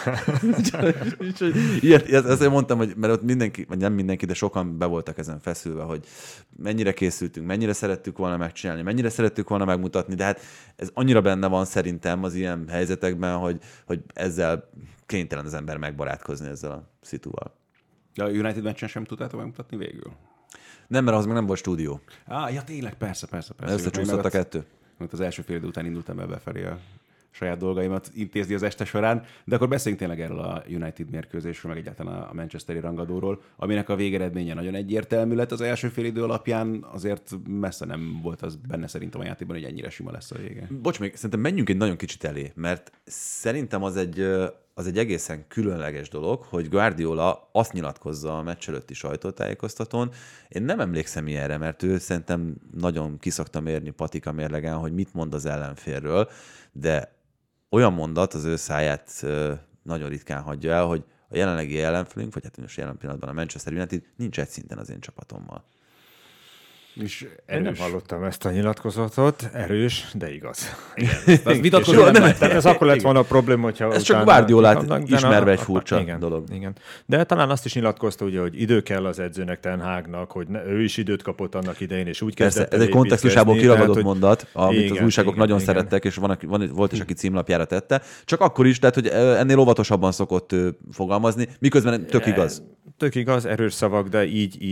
Ilyet, ezt mondtam, hogy mert ott mindenki, vagy nem mindenki, de sokan be voltak ezen feszülve, hogy mennyire készültünk, mennyire szerettük volna megcsinálni, mennyire szerettük volna megmutatni, de hát ez annyira benne van szerintem az ilyen helyzetekben, hogy, hogy ezzel kénytelen az ember megbarátkozni ezzel a szituval. De a United meccsen sem tudtátok megmutatni végül? Nem, mert az még nem volt stúdió. Ah, ja tényleg, persze, persze. persze. Összecsúszott a kettő. Mert az első fél idő után indultam el befelé a saját dolgaimat intézni az este során, de akkor beszéljünk tényleg erről a United mérkőzésről, meg egyáltalán a manchesteri rangadóról, aminek a végeredménye nagyon egyértelmű lett az első fél idő alapján, azért messze nem volt az benne szerintem a játékban, hogy ennyire sima lesz a vége. Bocs, még szerintem menjünk egy nagyon kicsit elé, mert szerintem az egy, az egy egészen különleges dolog, hogy Guardiola azt nyilatkozza a meccs előtti sajtótájékoztatón. Én nem emlékszem ilyenre, mert ő szerintem nagyon kiszokta mérni patika mérlegen, hogy mit mond az ellenfélről, de olyan mondat az ő száját nagyon ritkán hagyja el, hogy a jelenlegi ellenfélünk, vagy hát most jelen pillanatban a Manchester United nincs egy szinten az én csapatommal. És Én nem hallottam ezt a nyilatkozatot, erős, de igaz. Igen, az vitatkozó nem, nem nem, nem, ez akkor lett volna a probléma, hogyha ez utána, csak Guardiolát utána, ismerve egy furcsa igen, dolog. Igen. De talán azt is nyilatkozta, ugye, hogy idő kell az edzőnek, Ten Hagnak, hogy ne, ő is időt kapott annak idején, és úgy Persze, kezdett ez egy kontextusából kiragadott hogy... mondat, amit igen, az újságok igen, nagyon igen. szerettek, és van, van, volt is, aki címlapjára tette. Csak akkor is, tehát, hogy ennél óvatosabban szokott fogalmazni, miközben tök igaz. Tök igaz, erős szavak, de így, így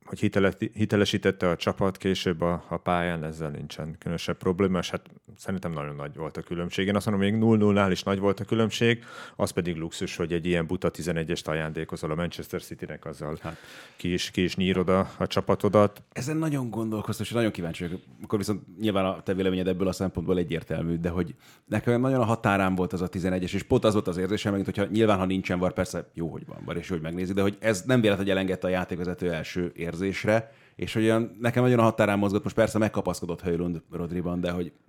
hogy hitele, hitelesítette a csapat később a, a pályán, ezzel nincsen különösebb probléma, és hát szerintem nagyon nagy volt a különbség. Én azt mondom, még nulla nullnál is nagy volt a különbség, az pedig luxus, hogy egy ilyen buta tizenegyest ajándékozol a Manchester Citynek, azzal hát. ki, is, ki is nyírod a, a csapatodat. Ezen nagyon gondolkoztam, és nagyon kíváncsi vagyok. Akkor viszont nyilván a te véleményed ebből a szempontból egyértelmű, de hogy nekem nagyon a határán volt az a tizenegyes, és pont az volt az érzésem, megint, hogyha nyilván, ha nincsen var, persze jó, hogy van var, és jó, hogy megnézi, de hogy ez nem véletlen, hogy elengedte a játékvezető első érzésre, és hogy olyan, nekem nagyon a határán mozgott, most persze megkapaszkodott Højlund Rodriban, de hogy...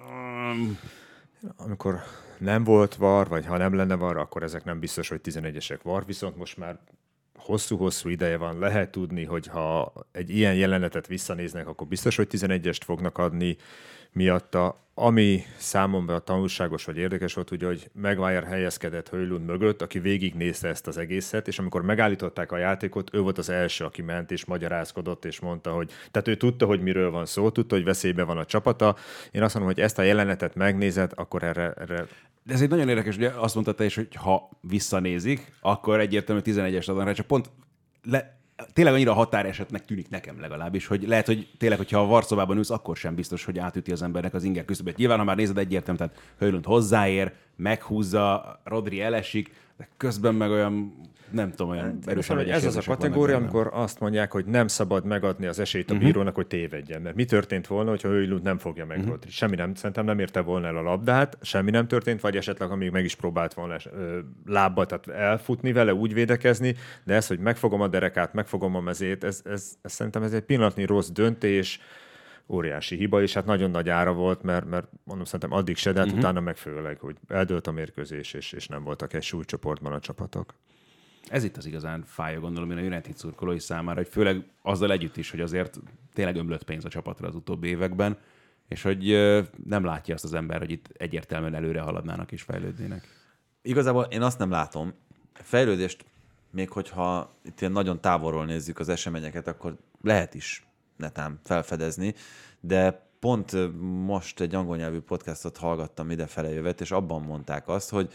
Amikor nem volt var, vagy ha nem lenne var, akkor ezek nem biztos, hogy tizenegyesek var, viszont most már hosszú-hosszú ideje van, lehet tudni, hogy ha egy ilyen jelenetet visszanéznek, akkor biztos, hogy tizenegyest fognak adni miatta. Ami számomra tanulságos vagy érdekes volt, ugye, hogy Maguire helyezkedett Højlund mögött, aki végignézte ezt az egészet, és amikor megállították a játékot, ő volt az első, aki ment és magyarázkodott, és mondta, hogy tehát ő tudta, hogy miről van szó, tudta, hogy veszélyben van a csapata. Én azt mondom, hogy ezt a jelenetet megnézed, akkor erre... erre... De ez egy nagyon érdekes, ugye azt mondta te is, hogy ha visszanézik, akkor egyértelmű tizenegyes adnak rá, csak pont le, tényleg annyira határesetnek tűnik nekem legalábbis, hogy lehet, hogy tényleg, hogyha a varszobában ülsz, akkor sem biztos, hogy átüti az embernek az inger küszöbét. Nyilván, ha már nézed, egyértelmű, tehát Højlund hozzáér, meghúzza, Rodri elesik, de közben meg olyan, nem tudom, olyan hát, erősen hogy ez az a kategória, amikor azt mondják, hogy nem szabad megadni az esélyt a bírónak, uh-huh. hogy tévedjen. Mert mi történt volna, hogyha Højlund nem fogja meg uh-huh. Rodri? Semmi nem, szerintem nem érte volna el a labdát, semmi nem történt, vagy esetleg amíg meg is próbált volna ö, lábbal, tehát elfutni vele, úgy védekezni, de ez, hogy megfogom a derekát, megfogom a mezét, ez, ez, ez szerintem ez egy pillanatnyi rossz döntés, óriási hiba, és hát nagyon nagy ára volt, mert, mert mondom, szerintem addig se, de hát uh-huh. utána meg főleg, hogy eldőlt a mérkőzés, és, és nem voltak egy súlycsoportban a csapatok. Ez itt az igazán fája, gondolom én a United szurkolói számára, hogy főleg azzal együtt is, hogy azért tényleg ömlött pénz a csapatra az utóbbi években, és hogy nem látja azt az ember, hogy itt egyértelműen előre haladnának és fejlődnének. Igazából én azt nem látom. Fejlődést, még hogyha itt ilyen nagyon távolról nézzük az eseményeket, akkor lehet is netán felfedezni, de pont most egy angol nyelvű podcastot hallgattam idefele jövet, és abban mondták azt, hogy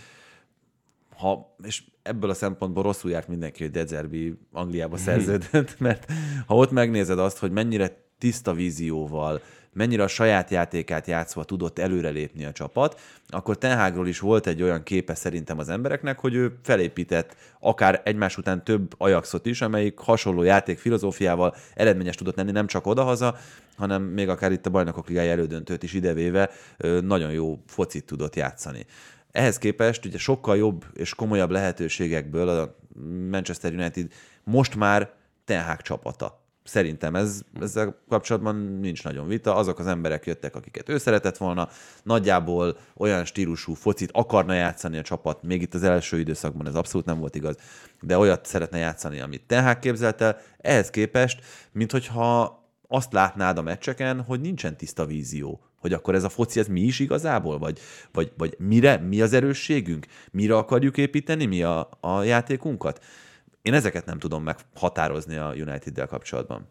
ha, és ebből a szempontból rosszul járt mindenki, hogy De Zerbi Angliába szerződött, mert ha ott megnézed azt, hogy mennyire tiszta vízióval, mennyire a saját játékát játszva tudott előrelépni a csapat, akkor Ten Hagról is volt egy olyan képe szerintem az embereknek, hogy ő felépített akár egymás után több Ajaxot is, amelyik hasonló játék filozófiával eredményes tudott lenni, nem csak odahaza, hanem még akár itt a Bajnokok Ligája elődöntőt is idevéve nagyon jó focit tudott játszani. Ehhez képest ugye sokkal jobb és komolyabb lehetőségekből a Manchester United most már Ten Hag csapata. Szerintem ez, ezzel kapcsolatban nincs nagyon vita. Azok az emberek jöttek, akiket ő szeretett volna. Nagyjából olyan stílusú focit akarna játszani a csapat, még itt az első időszakban ez abszolút nem volt igaz, de olyat szeretne játszani, amit Ten Hag képzelt el. Ehhez képest, minthogyha azt látnád a meccseken, hogy nincsen tiszta vízió, hogy akkor ez a foci, ez mi is igazából? Vagy, vagy, vagy mire, mi az erősségünk? Mire akarjuk építeni mi a, a játékunkat? Én ezeket nem tudom meghatározni a United-del kapcsolatban.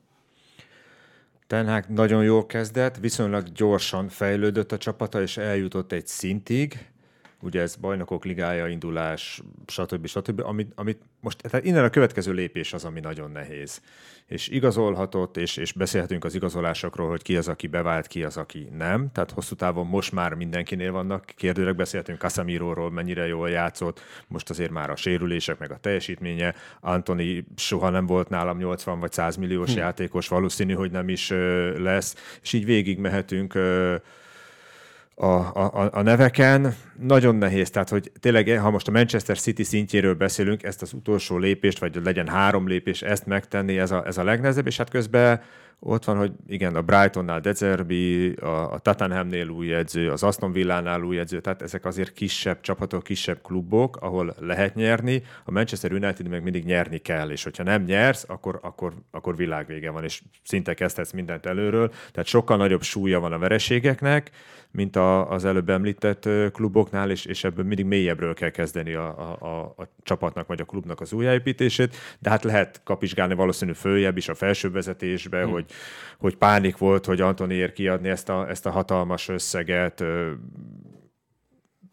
Ten Hag nagyon jól kezdett, viszonylag gyorsan fejlődött a csapata, és eljutott egy szintig, ugye ez Bajnokok Ligája, indulás, stb. stb., amit, amit most, tehát innen a következő lépés az, ami nagyon nehéz. És igazolhatott, és, és beszélhetünk az igazolásokról, hogy ki az, aki bevált, ki az, aki nem. Tehát hosszú távon most már mindenkinél vannak kérdőrek, beszélhetünk Casemiróról, mennyire jól játszott, most azért már a sérülések, meg a teljesítménye. Antony soha nem volt nálam nyolcvan vagy száz milliós hm. játékos, valószínű, hogy nem is ö, lesz, és így végig mehetünk ö, A, a, a neveken. Nagyon nehéz, tehát hogy tényleg, ha most a Manchester City szintjéről beszélünk, ezt az utolsó lépést, vagy legyen három lépés, ezt megtenni, ez a, ez a legnehezebb, és hát közben ott van, hogy igen, a Brightonnál De Zerbi, a, a Tottenhamnél új edző, az Aston Villánál új edző, tehát ezek azért kisebb csapatok, kisebb klubok, ahol lehet nyerni, a Manchester United meg mindig nyerni kell, és hogyha nem nyersz, akkor, akkor, akkor világvége van, és szinte kezdhetsz mindent előről, tehát sokkal nagyobb súlya van a vereségeknek, mint a, az előbb említett kluboknál, és, és ebből mindig mélyebbről kell kezdeni a, a, a, a csapatnak vagy a klubnak az újjáépítését, de hát lehet kapizsgálni valószínű följebb is a felső vezetésbe, hmm. hogy, hogy pánik volt, hogy Antonyért kiadni ezt a, ezt a hatalmas összeget,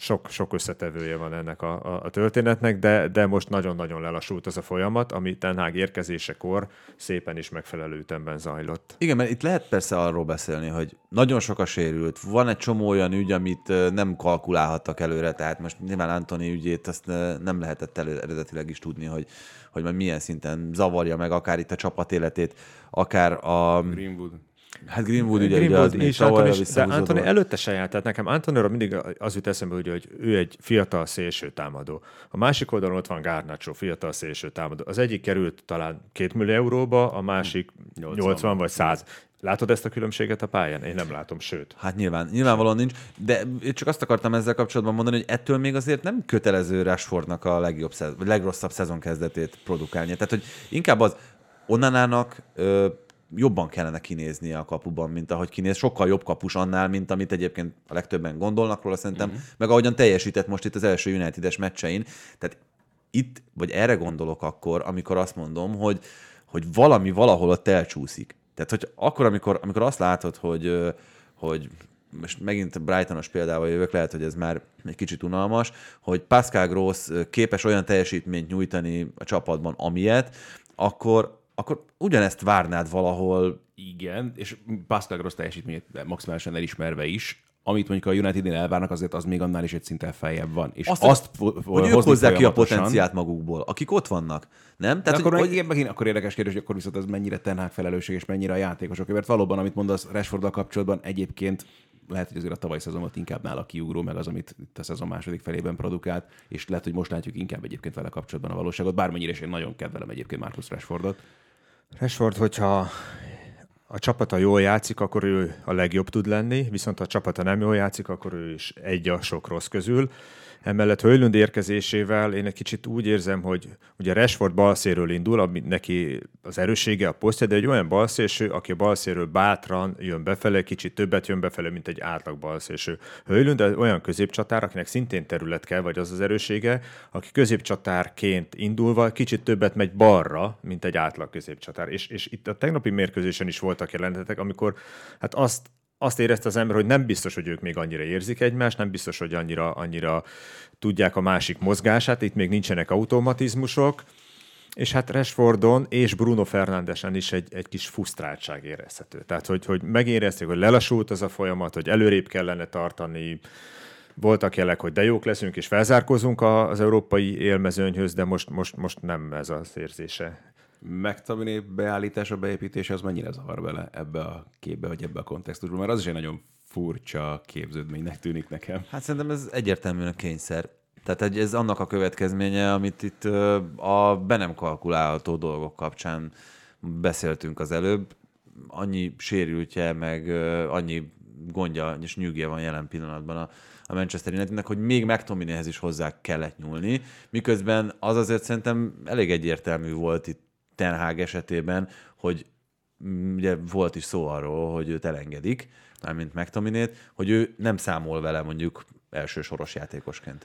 sok, sok összetevője van ennek a, a, a történetnek, de, de most nagyon-nagyon lelassult az a folyamat, ami Ten Hag érkezésekor szépen is megfelelő ütemben zajlott. Igen, mert itt lehet persze arról beszélni, hogy nagyon sok a sérült, van egy csomó olyan ügy, amit nem kalkulálhattak előre, tehát most nyilván Antony ügyét azt nem lehetett elő, eredetileg is tudni, hogy, hogy majd milyen szinten zavarja meg akár itt a csapat életét, akár a... Greenwood. Hát Greenwood ugye, Greenwood ugye az és még tavalyra Antony, de Antony visszahúzódó. előtte se járt, tehát nekem Antonyról mindig az jut eszembe, hogy, hogy ő egy fiatal szélső támadó. A másik oldalon ott van Garnacho, fiatal szélső támadó. Az egyik került talán két millió euróba, a másik nyolcvan, nyolcvan vagy száz. Látod ezt a különbséget a pályán? Én nem látom, sőt. Hát nyilván, nyilvánvalóan nincs, de én csak azt akartam ezzel kapcsolatban mondani, hogy ettől még azért nem kötelező Rashfordnak a legjobb, szez- vagy legrosszabb szezon kezdetét produkálnia. Tehát, hogy inkább az Onanának ö, jobban kellene kinéznie a kapuban, mint ahogy kinéz. Sokkal jobb kapus annál, mint amit egyébként a legtöbben gondolnak róla szerintem, mm-hmm. meg ahogyan teljesített most itt az első United-es meccsein. Tehát itt, vagy erre gondolok akkor, amikor azt mondom, hogy, hogy valami valahol ott elcsúszik. Tehát, hogy akkor, amikor, amikor azt látod, hogy, hogy most megint Brightonos példával jövök, lehet, hogy ez már egy kicsit unalmas, hogy Pascal Gross képes olyan teljesítményt nyújtani a csapatban, amilyet, akkor, akkor ugyanezt várnád valahol. Igen, és Pascal Gross teljesítményét maximálisan elismerve is, amit mondjuk a Unitednél elvárnak, azért az még annál is egy szinten feljebb van. És azt, azt, hogy ők hozzák ki a potenciált magukból, akik ott vannak. Nem? Tehát, akkor hogy, megint, megint akkor érdekes kérdés, hogy akkor viszont ez mennyire Ten Hag felelősség, és mennyire a játékosok. Mert valóban, amit mondasz Rashforddal kapcsolatban, egyébként lehet, hogy azért a tavalyi szezonot inkább nála kiugró, meg az, amit itt a szezon második felében produkált, és lehet, hogy most látjuk inkább egyébként vele kapcsolatban a valóságot, bármennyire is én nagyon kedvelem egyébként Marcus Rashfordot. Rashford, hogyha a csapata jól játszik, akkor ő a legjobb tud lenni, viszont ha a csapata nem jól játszik, akkor ő is egy a sok rossz közül. Emellett Højlund érkezésével én egy kicsit úgy érzem, hogy ugye Rashford balszéről indul, ami neki az erőssége, a posztja, de egy olyan balszélső, aki a balszéről bátran jön befele, kicsit többet jön befele, mint egy átlag balszélső. Højlund olyan középcsatár, akinek szintén terület kell, vagy az az erőssége, aki középcsatárként indulva kicsit többet megy balra, mint egy átlag középcsatár. És, és itt a tegnapi mérkőzésen is voltak jelenetek, amikor hát azt Azt érezte az ember, hogy nem biztos, hogy ők még annyira érzik egymást, nem biztos, hogy annyira, annyira tudják a másik mozgását, itt még nincsenek automatizmusok, és hát Rashfordon és Bruno Fernandesen is egy, egy kis frusztráltság érezhető. Tehát, hogy, hogy megérezték, hogy lelassult az a folyamat, hogy előrébb kellene tartani, voltak jelek, hogy de jók leszünk, és felzárkózunk az európai élmezőnyhöz, de most, most, most nem ez az érzése. McTominay beállítása, beépítése, az mennyire zavar bele ebbe a képbe, vagy ebbe a kontextusba? Mert az is egy nagyon furcsa képződménynek tűnik nekem. Hát szerintem ez egyértelműen a kényszer. Tehát ez annak a következménye, amit itt a be nem kalkulálható dolgok kapcsán beszéltünk az előbb. Annyi sérültje, meg annyi gondja és nyűgje van jelen pillanatban a a Manchester Unitednek, hogy még McTominayhez is hozzá kellett nyúlni, miközben az azért szerintem elég egyértelmű volt itt Ten Hag esetében, hogy ugye volt is szó arról, hogy őt elengedik, mármint McTominayt, hogy ő nem számol vele mondjuk első soros játékosként.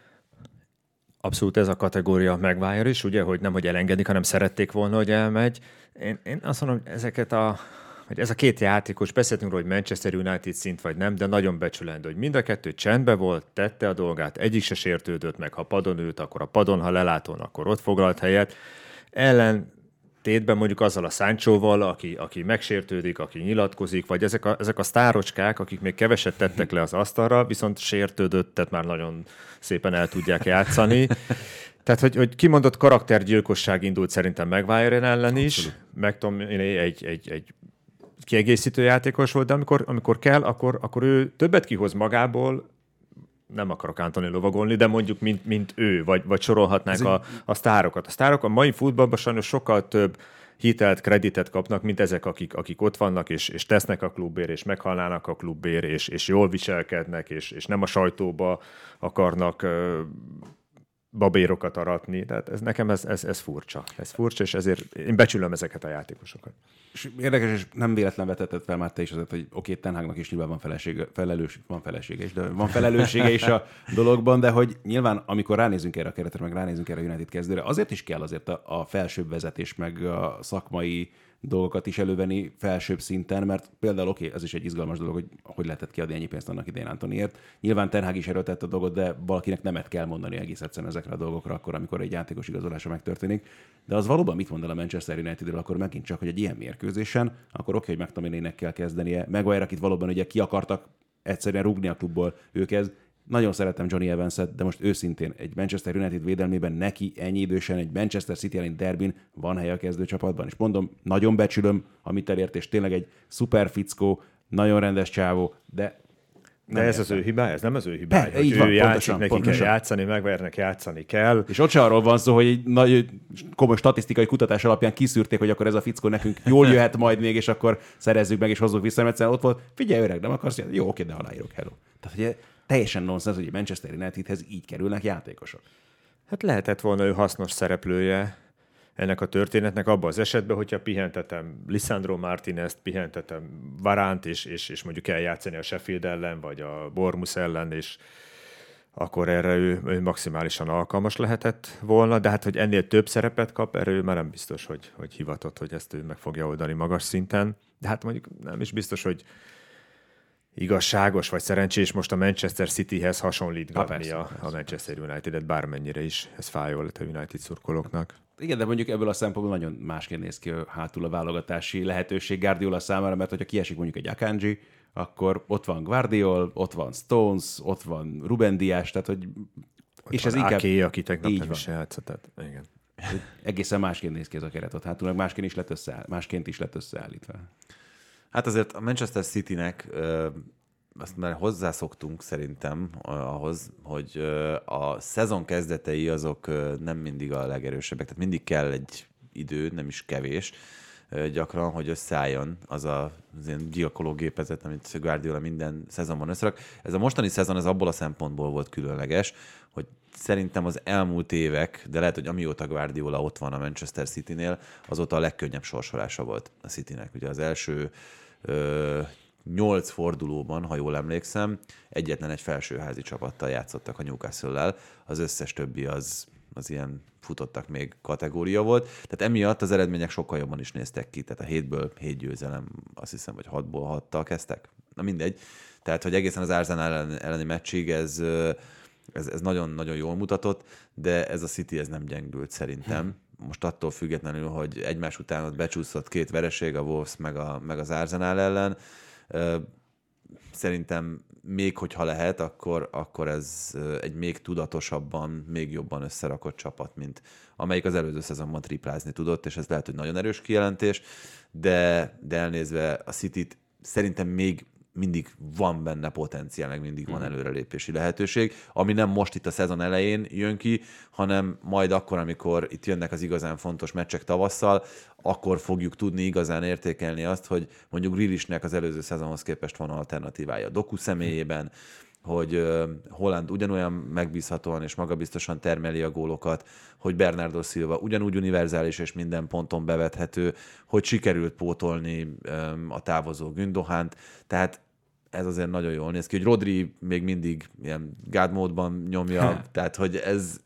Abszolút ez a kategória Maguire is, ugye, hogy nem, hogy elengedik, hanem szerették volna, hogy elmegy. Én, én azt mondom, hogy ezeket a hogy ez a két játékos, beszéltünk róla, hogy Manchester United szint vagy nem, de nagyon becsülendő, hogy mind a kettő csendbe volt, tette a dolgát, egyik se sértődött meg, ha padon ült, akkor a padon, ha lelátón, akkor ott foglalt helyet. Ellentétben mondjuk azzal a Sanchoval, aki, aki megsértődik, aki nyilatkozik, vagy ezek a, ezek a sztárocskák, akik még keveset tettek le az asztalra, viszont sértődöttet már nagyon szépen el tudják játszani. Tehát, hogy, hogy kimondott karaktergyilkosság indult szerintem Maguire ellen is, McTominay egy, egy, egy kiegészítő játékos volt, de amikor, amikor kell, akkor, akkor ő többet kihoz magából, nem akarok Antony lovagolni, de mondjuk mint, mint ő, vagy, vagy sorolhatnánk a, a sztárokat. A sztárok a mai futballban sajnos sokkal több hitelt, kreditet kapnak, mint ezek, akik, akik ott vannak, és, és tesznek a klubért, és meghalnának a klubért, és, és jól viselkednek, és, és nem a sajtóba akarnak uh, babérokat aratni. Tehát ez, nekem ez, ez, ez furcsa. Ez furcsa, és ezért én becsülöm ezeket a játékosokat. És érdekes, és nem véletlen vetetted fel már te is azért, hogy oké, Ten Hagnak is nyilván van felesége, felelős, van felesége is, de van felelőssége is a dologban, de hogy nyilván, amikor ránézünk erre a keretre, meg ránézünk erre a United kezdőre, azért is kell azért a, a felsőbb vezetés, meg a szakmai dolgokat is elővenni felsőbb szinten, mert például oké, okay, az is egy izgalmas dolog, hogy hogy lehetett kiadni ennyi pénzt annak idején Antoniért. Nyilván Ten Hag is erőltett a dolgot, de valakinek nemet kell mondani egész egyszerűen ezekre a dolgokra, akkor, amikor egy játékos igazolása megtörténik. De az valóban mit mond el a Manchester Unitedről, akkor megint csak, hogy egy ilyen mérkőzésen, akkor oké, okay, hogy McTominaynek kell kezdenie. Maguire, akit valóban ugye ki akartak egyszerűen rúgni a klubból, ő kezd. Nagyon szeretem Johnny Evans-et, de most őszintén egy Manchester United védelmében neki ennyi idősen egy Manchester City ellen derbin van helye a kezdőcsapatban. És mondom, nagyon becsülöm, amit elért, és tényleg egy szuper fickó, nagyon rendes csávó, de de ez értem. Az ő hibája, ez nem az ő hibája, Be, hogy ő van, játszik, pontosan, neki pontosan. kell játszani, Maguire-nek játszani kell. És ott se arról van szó, hogy egy nagy, komoly statisztikai kutatás alapján kiszűrték, hogy akkor ez a fickó nekünk jól jöhet majd még, és akkor szerezzük meg, és hozzuk vissza, mert ott volt, figyelj öreg, nem akarsz, jó, oké, de aláírok, hello. Tehát ugye teljesen nonsens, hogy a Manchester Unitedhez így kerülnek játékosok. Hát lehetett volna ő hasznos szereplője ennek a történetnek abban az esetben, hogyha pihentetem Lisandro Martinez-t, pihentetem Varánt, és, és, és mondjuk eljátszani a Sheffield ellen, vagy a Bournemouth ellen, és akkor erre ő, ő maximálisan alkalmas lehetett volna, de hát, hogy ennél több szerepet kap, erre ő már nem biztos, hogy, hogy hivatott, hogy ezt ő meg fogja oldani magas szinten. De hát mondjuk nem is biztos, hogy igazságos vagy szerencsés most a Manchester Cityhez hasonlítgatni a, a Manchester United-et, bármennyire is ez fájó lett a United szurkolóknak. Igen, de mondjuk ebből a szempontból nagyon másként néz ki hátul a válogatási lehetőség Guardiola számára, mert hogyha kiesik mondjuk egy Akanji, akkor ott van Guardiol, ott van Stones, ott van Ruben Dias, tehát hogy... Ott és van ez inkább... Ake, aki tegnap így nem van. is játszott, tehát igen. Egészen másként néz ki ez a keret ott hátul, meg másként is lett, összeáll, másként is lett összeállítva. Hát azért a Manchester Citynek ö, azt már hozzászoktunk szerintem ahhoz, hogy a szezon kezdetei azok nem mindig a legerősebbek, tehát mindig kell egy idő, nem is kevés, gyakran, hogy összeálljon az a, az ilyen gyilkoló gépezet, amit Guardiola minden szezonban összerak. Ez a mostani szezon ez abból a szempontból volt különleges, hogy szerintem az elmúlt évek, de lehet, hogy amióta Guardiola ott van a Manchester Citynél, azóta a legkönnyebb sorsolása volt a Citynek. Ugye az első ö, nyolc fordulóban, ha jól emlékszem, egyetlen egy felsőházi csapattal játszottak a Newcastle-lel, az összes többi az, az ilyen futottak még kategória volt. Tehát emiatt az eredmények sokkal jobban is néztek ki. Tehát a hétből hét győzelem, azt hiszem, hogy hatból hattal kezdtek. Na mindegy. Tehát, hogy egészen az Arsenal ellen, elleni meccsig ez, ez, ez nagyon-nagyon jól mutatott, de ez a City ez nem gyengült szerintem. Most attól függetlenül, hogy egymás után ott becsúszott két vereség, a Wolves meg, a, meg az Arsenal ellen. Szerintem még hogyha lehet, akkor, akkor ez egy még tudatosabban, még jobban összerakott csapat, mint amelyik az előző szezonban triplázni tudott, és ez lehet, hogy nagyon erős kijelentés, de, de elnézve a Cityt szerintem még mindig van benne potenciál, meg mindig van előrelépési lehetőség, ami nem most itt a szezon elején jön ki, hanem majd akkor, amikor itt jönnek az igazán fontos meccsek tavasszal, akkor fogjuk tudni igazán értékelni azt, hogy mondjuk Grealishnek az előző szezonhoz képest van alternatívája Doku személyében, hogy Holland ugyanolyan megbízhatóan és magabiztosan termeli a gólokat, hogy Bernardo Silva ugyanúgy univerzális és minden ponton bevethető, hogy sikerült pótolni a távozó Gündohánt, tehát ez azért nagyon jól néz ki, hogy Rodri még mindig ilyen God módban nyomja, tehát hogy ez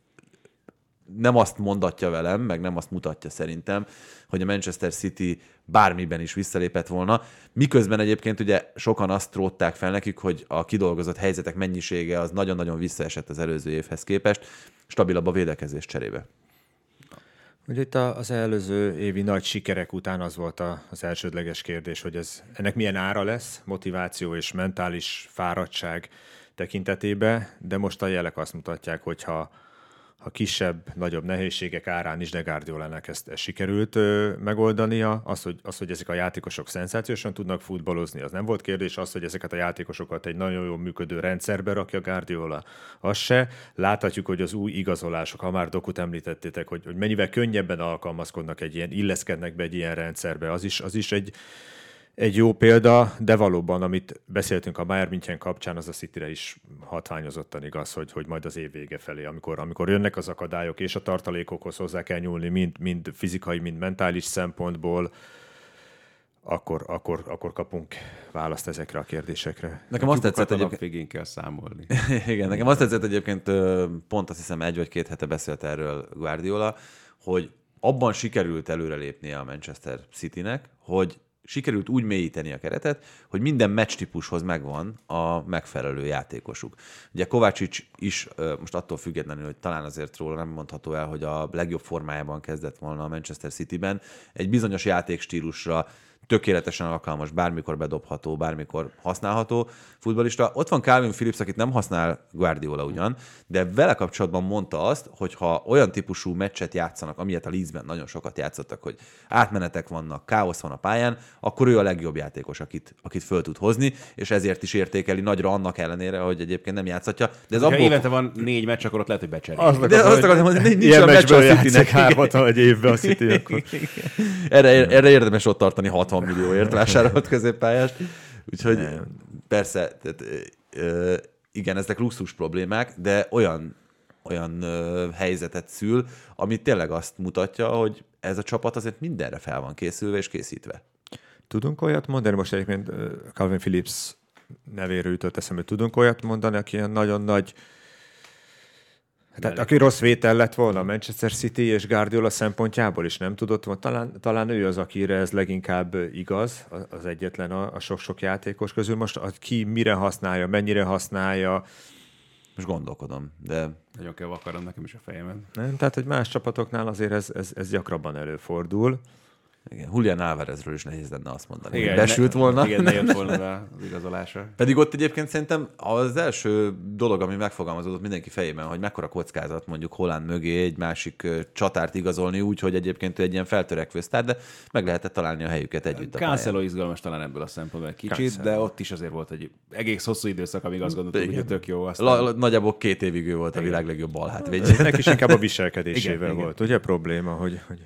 nem azt mondatja velem, meg nem azt mutatja szerintem, hogy a Manchester City bármiben is visszalépett volna. Miközben egyébként ugye sokan azt rótták fel nekik, hogy a kidolgozott helyzetek mennyisége az nagyon-nagyon visszaesett az előző évhez képest, stabilabb a védekezés cserébe. Ugye itt az előző évi nagy sikerek után az volt az elsődleges kérdés, hogy ez, ennek milyen ára lesz, motiváció és mentális fáradtság tekintetében, de most a jelek azt mutatják, hogy ha ha kisebb, nagyobb nehézségek árán is, de Guardiolának ezt, ezt sikerült ö, megoldania. Az hogy, az, hogy ezek a játékosok szenzációsan tudnak futballozni, az nem volt kérdés. Az, hogy ezeket a játékosokat egy nagyon jól működő rendszerbe rakja Guardiola, az se. Láthatjuk, hogy az új igazolások, ha már Dokut említettétek, hogy, hogy mennyivel könnyebben alkalmazkodnak egy ilyen, illeszkednek be egy ilyen rendszerbe, az is, az is egy Egy jó példa, de valóban, amit beszéltünk a Bayern München kapcsán, az a Cityre is hatványozottan igaz, hogy, hogy majd az év vége felé, amikor, amikor jönnek az akadályok és a tartalékokhoz hozzá kell nyúlni, mind, mind fizikai, mind mentális szempontból, akkor, akkor, akkor kapunk választ ezekre a kérdésekre. Nekem azt tetszett, hogy hogy végén kell számolni. Igen, nekem azt tetszett egyébként, pont azt hiszem egy vagy két hete beszélt erről Guardiola, hogy abban sikerült előrelépnie a Manchester Citynek, hogy sikerült úgy mélyíteni a keretet, hogy minden meccstípushoz megvan a megfelelő játékosuk. Ugye Kovácsics is, most attól függetlenül, hogy talán azért róla nem mondható el, hogy a legjobb formájában kezdett volna a Manchester Cityben, egy bizonyos játékstílusra tökéletesen alkalmas, bármikor bedobható, bármikor használható futballista. Ott van Calvin Phillips, akit nem használ Guardiola ugyan, de vele kapcsolatban mondta azt, hogy ha olyan típusú meccset játszanak, amilyet a Leedsben nagyon sokat játszottak, hogy átmenetek vannak, káosz van a pályán, akkor ő a legjobb játékos, akit, akit föl tud hozni, és ezért is értékeli nagyra annak ellenére, hogy egyébként nem játszhatja. De ez ha abból... évente van négy meccs, akkor ott lehet, hogy becserél. De azt akarom mondani, nincs ilyen meccs a Citynek. Hármat egy évben a City, akkor... erre, erre érdemes ott tartani hatvan millióért vásárolt középpályást. Úgyhogy nem. Persze, tehát, ö, igen, ezek luxus problémák, de olyan, olyan ö, helyzetet szül, ami tényleg azt mutatja, hogy ez a csapat azért mindenre fel van készülve és készítve. Tudunk olyat mondani, most egyébként Calvin Phillips nevéről jutott eszembe, tudunk olyat mondani, aki ilyen nagyon nagy, tehát aki rossz vétel lett volna a Manchester City és Guardiola szempontjából is nem tudott volna. Talán, talán ő az, akire ez leginkább igaz, az egyetlen a, a sok-sok játékos közül. Most ki mire használja, mennyire használja. Most gondolkodom, de... Nagyon kell vakarom nekem is a fejemen. Nem? Tehát, hogy más csapatoknál azért ez, ez, ez gyakrabban előfordul. Igen, Julián Álvarezről is nehéz lenne azt mondani. Igen, besült ne, volna. Igen, ne jött volna be az igazolása. Pedig ott egyébként szerintem az első dolog, ami megfogalmazódott mindenki fejében, hogy mekkora kockázat mondjuk Haaland mögé egy másik csatárt igazolni úgy, hogy egyébként ő egy ilyen feltörekvő sztár, de meg lehetett találni a helyüket együtt a pályán. Cancelo izgalmas talán ebből a szempontból egy kicsit, Cancelo. De ott is azért volt egy egész hosszú időszak, amíg azt gondoltuk, hogy tök jó. Aztán... La, nagyjából két évig ő volt a világ legjobb balhátvédje. Neki is inkább a viselkedésével igen, volt. Igen. Ugye probléma, hogy... hogy...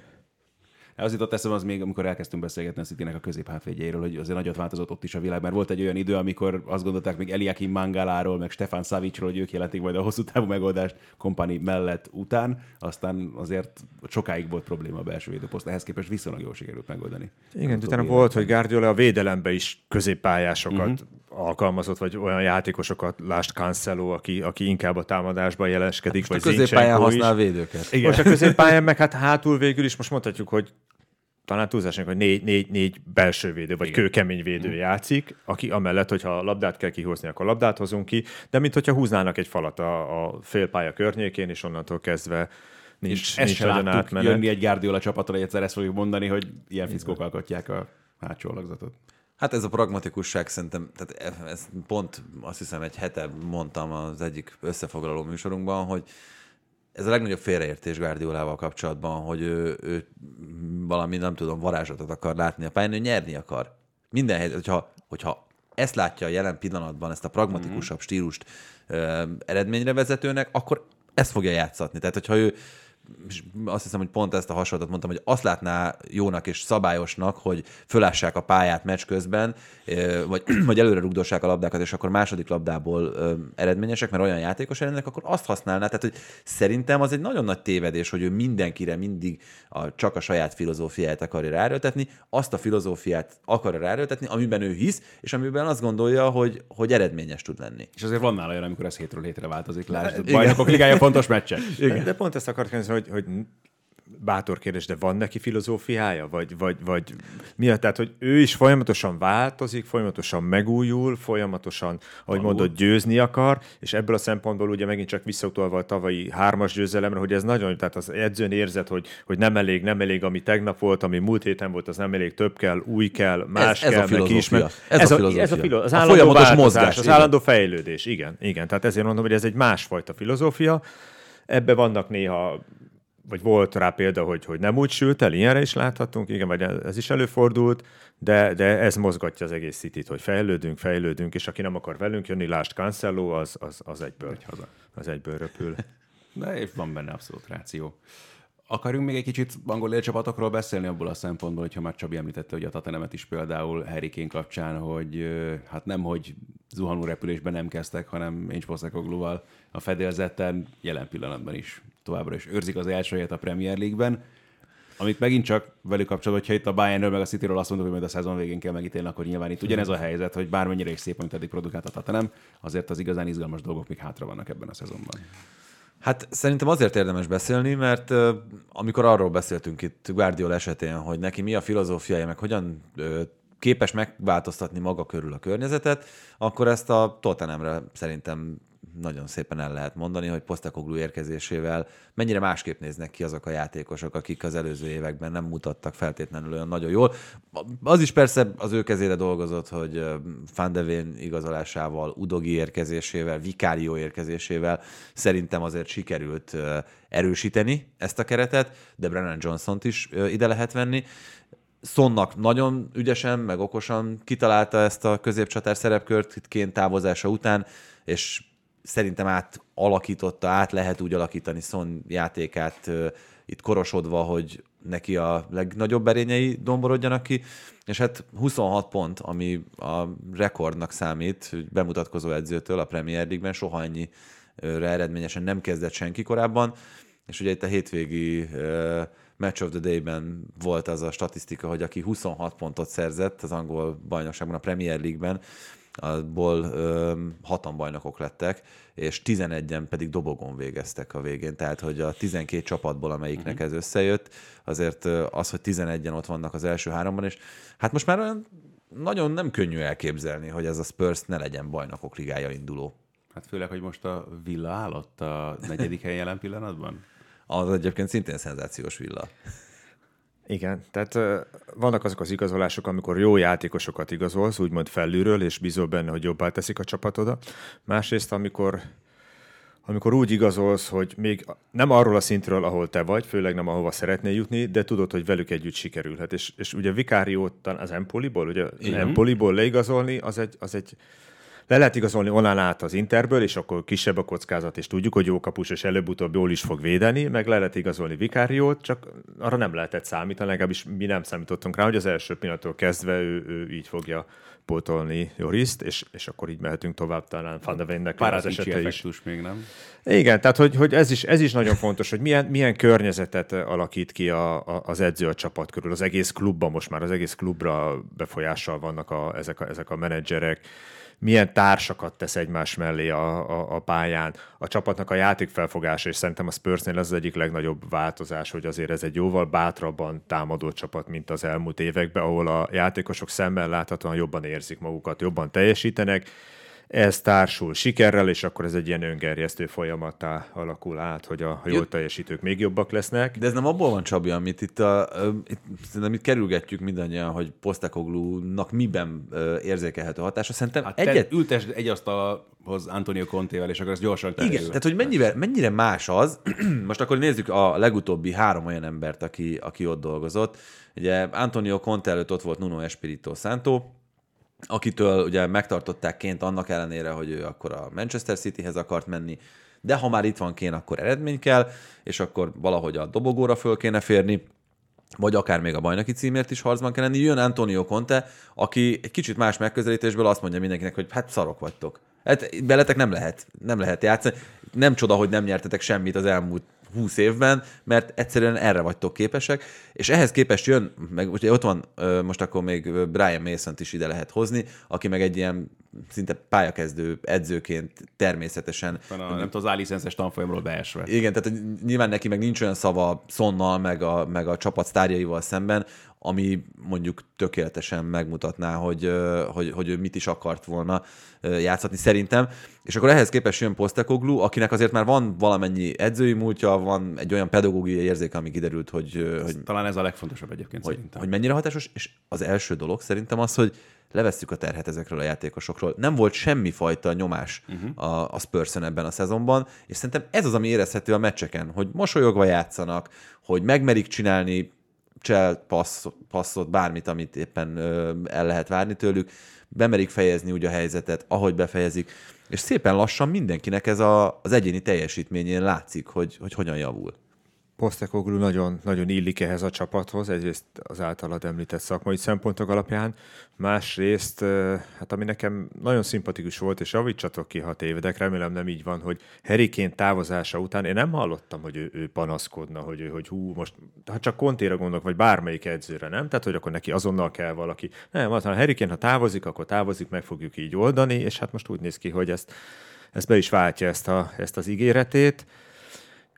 Az jutott eszembe az még, amikor elkezdtünk beszélgetni a Citynek a középhátvédjeiről, hogy azért nagyot változott ott is a világ, mert volt egy olyan idő, amikor azt gondolták még Eliakim Mangaláról, meg Stefan Savicról, hogy ők jelentik majd a hosszú távú megoldást Kompany mellett után, aztán azért sokáig volt probléma a belső védőposzt, ehhez képest viszonylag jól sikerült megoldani. Igen, utána volt, hogy Guardiola a védelembe is középpályásokat uh-huh. alkalmazott, vagy olyan játékosokat, lásd Cancelo, aki, aki inkább a támadásban jeleskedik, hát vagy a középpályán használ védőket. Igen. Most a középpályán meg hát hátul végül is most mondhatjuk, hogy talán túlzásnak, hogy négy, négy, négy belső védő, vagy igen. kőkemény védő mm. játszik, aki amellett, hogyha a labdát kell kihozni, akkor labdát hozunk ki, de mint hogyha húznának egy falat a, a félpálya környékén, és onnantól kezdve nincs, és nincs ezt nagyon láttuk átmenet. Jönni egy Guardiola csapatra, egyszer ezt fogjuk mondani, hogy ilyen fickók alkotják a hátsó alakzatot. Hát ez a pragmatikusság szerintem, tehát ezt pont azt hiszem egy hete mondtam az egyik összefoglaló műsorunkban, hogy ez a legnagyobb félreértés Guardiolával kapcsolatban, hogy ő, ő valami, nem tudom, varázslatot akar látni a pályán, ő nyerni akar. Minden helyzet, hogyha, hogyha ezt látja a jelen pillanatban, ezt a pragmatikusabb stílust ö, eredményre vezetőnek, akkor ezt fogja játszatni. Tehát, hogyha ő, azt hiszem, hogy pont ezt a hasonlatot mondtam, hogy azt látná jónak és szabályosnak, hogy fölássák a pályát meccs közben, vagy, vagy előre rugdossák a labdákat, és akkor második labdából ö, eredményesek, mert olyan játékos lennének, akkor azt használná. Tehát, hogy szerintem az egy nagyon nagy tévedés, hogy ő mindenkire mindig a, csak a saját filozófiáját akarja ráerőltetni, azt a filozófiát akarja ráerőltetni, amiben ő hisz, és amiben azt gondolja, hogy, hogy eredményes tud lenni. És azért van nála olyan, amikor ez hétről hétre változik. Lásd, bajnokok ligája fontos meccsek. Igen. De pont ezt akartam, hogy, hogy bátor kérdés, de van neki filozófiája? Vagy, vagy, vagy mi a? Tehát, hogy ő is folyamatosan változik, folyamatosan megújul, folyamatosan, ahogy Való. mondod, győzni akar, és ebből a szempontból ugye megint csak visszautalva a tavalyi hármas győzelemre, hogy ez nagyon, tehát az edzőn érzett, hogy, hogy nem elég, nem elég, ami tegnap volt, ami múlt héten volt, az nem elég, több kell, új kell, más ez, ez kell, a filozófia. Ez, ez a filozófia. Ez a, filozófia. Az állandó folyamatos változás, mozgás. az állandó fejlődés, igen, igen. Tehát ezért mondom, hogy ez egy másfajta filozófia. Ebben vannak néha, vagy volt rá példa, hogy, hogy nem úgy sült el, ilyenre is láthatunk, igen, vagy ez is előfordult, de, de ez mozgatja az egész Cityt, hogy fejlődünk, fejlődünk, és aki nem akar velünk jönni, lásd Cancelo, az, az, az, egyből, az egyből röpül. De és van benne abszolút ráció. Akarjunk még egy kicsit angol élcsapatokról beszélni abból a szempontból, hogyha már Csabi említette, hogy a Tottenhamet is például Harry Kane kapcsán, hogy hát nem, hogy zuhanó repülésben nem kezdtek, hanem Ange Postecoglúval a fedélzeten jelen pillanatban is továbbra is őrzik az első helyet a Premier League-ben, amit megint csak velük kapcsolatban, hogyha itt a Bayernről meg a Cityről azt mondjuk, hogy majd a szezon végén kell megítélni, akkor nyilván itt ugyanez a helyzet, hogy bármennyire is szép, amit eddig produkált a Tottenham, azért az igazán izgalmas dolgok még hátra vannak ebben a szezonban. Hát szerintem azért érdemes beszélni, mert uh, amikor arról beszéltünk itt Guardiola esetén, hogy neki mi a filozófiája, meg hogyan uh, képes megváltoztatni maga körül a környezetet, akkor ezt a Tottenhamre szerintem nagyon szépen el lehet mondani, hogy Postecoglou érkezésével mennyire másképp néznek ki azok a játékosok, akik az előző években nem mutattak feltétlenül olyan nagyon jól. Az is persze az ő kezére dolgozott, hogy Van de Ven igazolásával, Udogi érkezésével, Vicario érkezésével szerintem azért sikerült erősíteni ezt a keretet, de Brennan Johnson-t is ide lehet venni. Sonnak nagyon ügyesen, meg okosan kitalálta ezt a középcsatár szerepkört Kane távozása után, és szerintem átalakította, át lehet úgy alakítani Son játékát uh, itt korosodva, hogy neki a legnagyobb erényei domborodjanak ki, és hát huszonhat pont, ami a rekordnak számít, bemutatkozó edzőtől a Premier League-ben, soha ennyire eredményesen nem kezdett senki korábban, és ugye itt a hétvégi uh, Match of the Day-ben volt az a statisztika, hogy aki huszonhat pontot szerzett az angol bajnokságban, a Premier League-ben, abból ö, hatan bajnokok lettek, és tizenegyen pedig dobogon végeztek a végén. Tehát, hogy a tizenkét csapatból, amelyiknek ez összejött, azért az, hogy tizenegyen ott vannak az első háromban, és hát most már olyan nagyon nem könnyű elképzelni, hogy ez a Spurs ne legyen bajnokok ligája induló. Hát főleg, hogy most a Villa állott a negyedik helyen jelen pillanatban. Az egyébként szintén szenzációs Villa. Igen, tehát uh, vannak azok az igazolások, amikor jó játékosokat igazolsz, úgymond felülről, és bízol benne, hogy jobbá teszik a csapatodat. Másrészt, amikor, amikor úgy igazolsz, hogy még nem arról a szintről, ahol te vagy, főleg nem ahova szeretnél jutni, de tudod, hogy velük együtt sikerülhet. És, és ugye Vicario-t az Empoliból, ugye Igen. Empoliból leigazolni, az egy, az egy le lehet igazolni onnan át az Interből, és akkor kisebb a kockázat, és tudjuk, hogy jó kapus, és előbb-utóbb jól is fog védeni, meg le lehet igazolni Vicario-t, csak arra nem lehetett számítani, legalábbis mi nem számítottunk rá, hogy az első pillanattól kezdve ő, ő így fogja pótolni Joriszt, és, és akkor így mehetünk tovább talán Van de Vennek az esete is. még nem. Igen, tehát hogy, hogy ez, is, ez is nagyon fontos, hogy milyen, milyen környezetet alakít ki a, a, az edző a csapat körül. Az egész klubban most már, az egész klubra befolyással vannak a, ezek, a, ezek a menedzserek, milyen társakat tesz egymás mellé a, a, a pályán. A csapatnak a játékfelfogása, és szerintem a Spursnél ez az egyik legnagyobb változás, hogy azért ez egy jóval bátrabban támadó csapat, mint az elmúlt években, ahol a játékosok szemmel láthatóan jobban érzik magukat, jobban teljesítenek. Ez társul sikerrel, és akkor ez egy ilyen öngerjesztő folyamattá alakul át, hogy a jól teljesítők még jobbak lesznek. De ez nem abból van, Csabi, amit itt, a, itt, itt kerülgetjük mindannyian, hogy Postecoglou-nak miben érzékelhető hatása. Szerintem hát egyet... ültesd egy asztalhoz Antonio Contével, és akkor ezt gyorsan terül. Igen, tehát hogy mennyire, mennyire más az, most akkor nézzük a legutóbbi három olyan embert, aki, aki ott dolgozott. Ugye Antonio Conte előtt ott volt Nuno Espirito Santo, akitől ugye megtartották Kane-t annak ellenére, hogy ő akkor a Manchester Cityhez akart menni, de ha már itt van Kane, akkor eredmény kell, és akkor valahogy a dobogóra föl kéne férni, vagy akár még a bajnoki címért is harcban kell lenni. Jön Antonio Conte, aki egy kicsit más megközelítésből azt mondja mindenkinek, hogy hát szarok vagytok. Hát veletek nem lehet, nem lehet játszani. Nem csoda, hogy nem nyertetek semmit az elmúlt húsz évben, mert egyszerűen erre vagytok képesek, és ehhez képest jön, meg ugye ott van, most akkor még Brian Masont is ide lehet hozni, aki meg egy ilyen szinte pályakezdő edzőként természetesen. A, nem tudom, az álicenszes tanfolyamról beesve. Igen, tehát nyilván neki meg nincs olyan szava Sonnal, meg a, meg a csapat sztárjaival szemben, ami mondjuk tökéletesen megmutatná, hogy, hogy, hogy ő mit is akart volna játszatni szerintem. És akkor ehhez képest jön Postecoglou, akinek azért már van valamennyi edzői múltja, van egy olyan pedagógiai érzéke, ami kiderült, hogy... hogy talán ez a legfontosabb egyébként hogy, szerintem. Hogy mennyire hatásos, és az első dolog szerintem az, hogy levesszük a terhet ezekről a játékosokról. Nem volt semmifajta nyomás uh-huh. a, a Spursen ebben a szezonban, és szerintem ez az, ami érezhető a meccseken, hogy mosolyogva játszanak, hogy megmerik csinálni csel, passz, passzot, bármit, amit éppen ö, el lehet várni tőlük, bemerik fejezni úgy a helyzetet, ahogy befejezik, és szépen lassan mindenkinek ez a, az egyéni teljesítményén látszik, hogy, hogy hogyan javul. Postecoglou nagyon, nagyon illik ehhez a csapathoz, egyrészt az általad említett szakmai szempontok alapján, másrészt, hát ami nekem nagyon szimpatikus volt, és javítsatok ki, ha tévedek, remélem nem így van, hogy Harry Kane távozása után én nem hallottam, hogy ő, ő panaszkodna, hogy, ő, hogy hú, most, ha csak Contéra gondolok, vagy bármelyik edzőre, nem? Tehát, hogy akkor neki azonnal kell valaki. Nem, ha Harry Kane, ha távozik, akkor távozik, meg fogjuk így oldani, és hát most úgy néz ki, hogy ezt, ezt be is váltja ezt, a, ezt az ígéretét.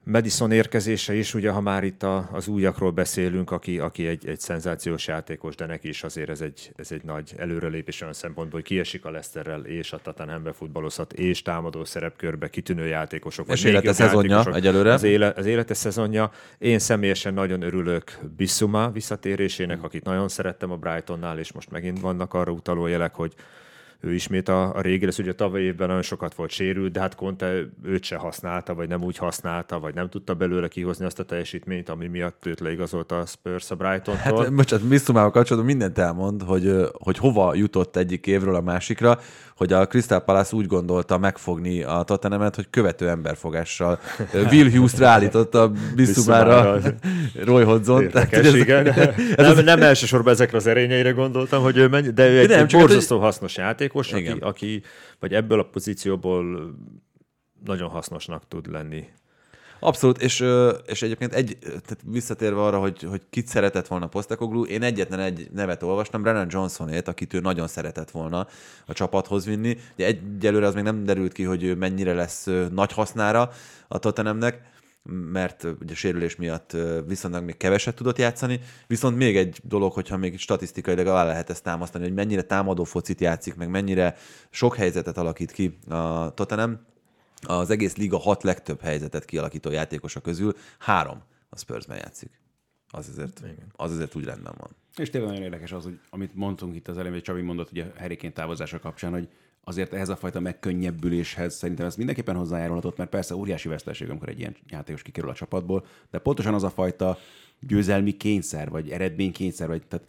Madison érkezése is, ugye, ha már itt a, az újakról beszélünk, aki, aki egy, egy szenzációs játékos, de neki is azért ez egy, ez egy nagy előrelépés olyan szempontból, hogy kiesik a Leicesterrel és a Tottenhambe futballozhat, és támadó szerepkörbe kitűnő játékosok. És élete szezonja egyelőre. Az, éle, az élete szezonja. Én személyesen nagyon örülök Bissouma visszatérésének, akit nagyon szerettem a Brightonnál, és most megint vannak arra utaló jelek, hogy ő ismét a, a régi lesz. Ugye tavaly évben nagyon sokat volt sérült, de hát Conte őt se használta, vagy nem úgy használta, vagy nem tudta belőle kihozni azt a teljesítményt, ami miatt őt leigazolta a Spurs a Brightontól. Hát bocsánat, Bissoumával kapcsolatban mindent elmond, hogy, hogy hova jutott egyik évről a másikra, hogy a Crystal Palace úgy gondolta megfogni a Tottenhamet, hogy követő emberfogással Will Hughes-t ráállította Bissoumára Roy Hodgson. Érdekes, igen. Ez nem, nem elsősorban ezekre az erényeire gondoltam, hogy ő mennyi, de ő egy, nem, egy borzasztó hogy... hasznos játékos, aki, aki vagy ebből a pozícióból nagyon hasznosnak tud lenni. Abszolút, és, és egyébként egy, tehát visszatérve arra, hogy, hogy kit szeretett volna Postecoglou, én egyetlen egy nevet olvastam, Brennan Johnsonét, akit ő nagyon szeretett volna a csapathoz vinni. Ugye egyelőre az még nem derült ki, hogy ő mennyire lesz nagy hasznára a Tottenhamnek, mert ugye sérülés miatt viszonylag még keveset tudott játszani. Viszont még egy dolog, hogyha még statisztikailag alá lehet ezt támasztani, hogy mennyire támadó focit játszik, meg mennyire sok helyzetet alakít ki a Tottenham. Az egész liga hat legtöbb helyzetet kialakító játékosa közül három a Spursben játszik. Az azért, az azért úgy rendben van. És tényleg nagyon érdekes az, hogy amit mondtunk itt az elején, hogy Csabi mondott ugye Harry Kane távozása kapcsán, hogy azért ehhez a fajta megkönnyebbüléshez szerintem ez mindenképpen hozzájárulhatott, mert persze óriási veszteség, amikor egy ilyen játékos kikerül a csapatból, de pontosan az a fajta győzelmi kényszer, vagy eredménykényszer, vagy tehát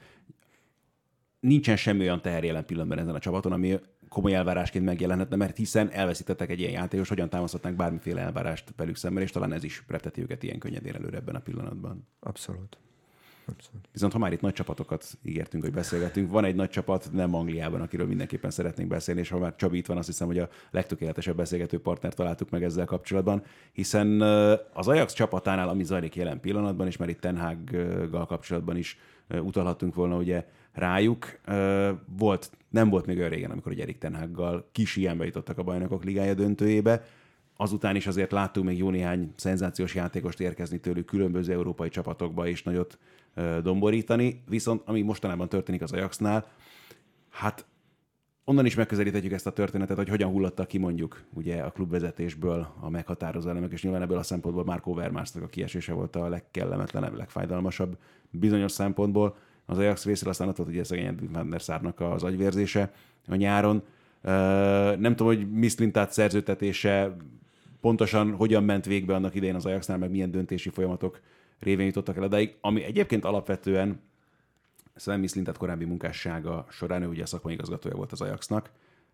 nincsen semmi olyan teher jelen pillanatban ezen a csapaton, ami komoly elvárásként megjelenhetne, mert hiszen elveszítettek egy ilyen játékos, hogyan támaszthatnánk bármiféle elvárást velük szemben, és talán ez is reteti őket ilyen könnyedén előre ebben a pillanatban. Abszolút. Abszolút. Viszont ha már itt nagy csapatokat ígértünk, hogy beszélgetünk, van egy nagy csapat, nem Angliában, akiről mindenképpen szeretnénk beszélni, és ha már Csabi itt van, azt hiszem, hogy a legtökéletesebb beszélgető partnert találtuk meg ezzel kapcsolatban, hiszen az Ajax csapatánál, ami zajlik jelen pillanatban, és már itt Ten Haggal kapcsolatban is utalhattunk volna ugye rájuk, volt, nem volt még olyan régen, amikor ugye Erik Ten Haggal kis ilyenbe jutottak a Bajnokok Ligája döntőjébe. Azután is azért láttunk még jó néhány szenzációs játékost érkezni tőlük különböző európai csapatokba és nagyot domborítani, viszont ami mostanában történik az Ajaxnál, hát onnan is megközelíthetjük ezt a történetet, hogy hogyan hullottak ki mondjuk ugye a klubvezetésből a meghatározó elemek, és nyilván ebből a szempontból Marco Overmarsnak a kiesése volt a legkellemetlenebb, legfájdalmasabb bizonyos szempontból. Az Ajax részéről aztán ott volt ugye szegény Edwin van der Sarnak az agyvérzése a nyáron. Nem tudom, hogy Mislintat szerződtetése pontosan hogyan ment végbe annak idején az Ajaxnál, meg milyen döntési folyamatok révén jutottak el odáig, ami egyébként alapvetően Sven Mislintat korábbi munkássága során, ő ugye a szakmai igazgatója volt az Ajaxnak,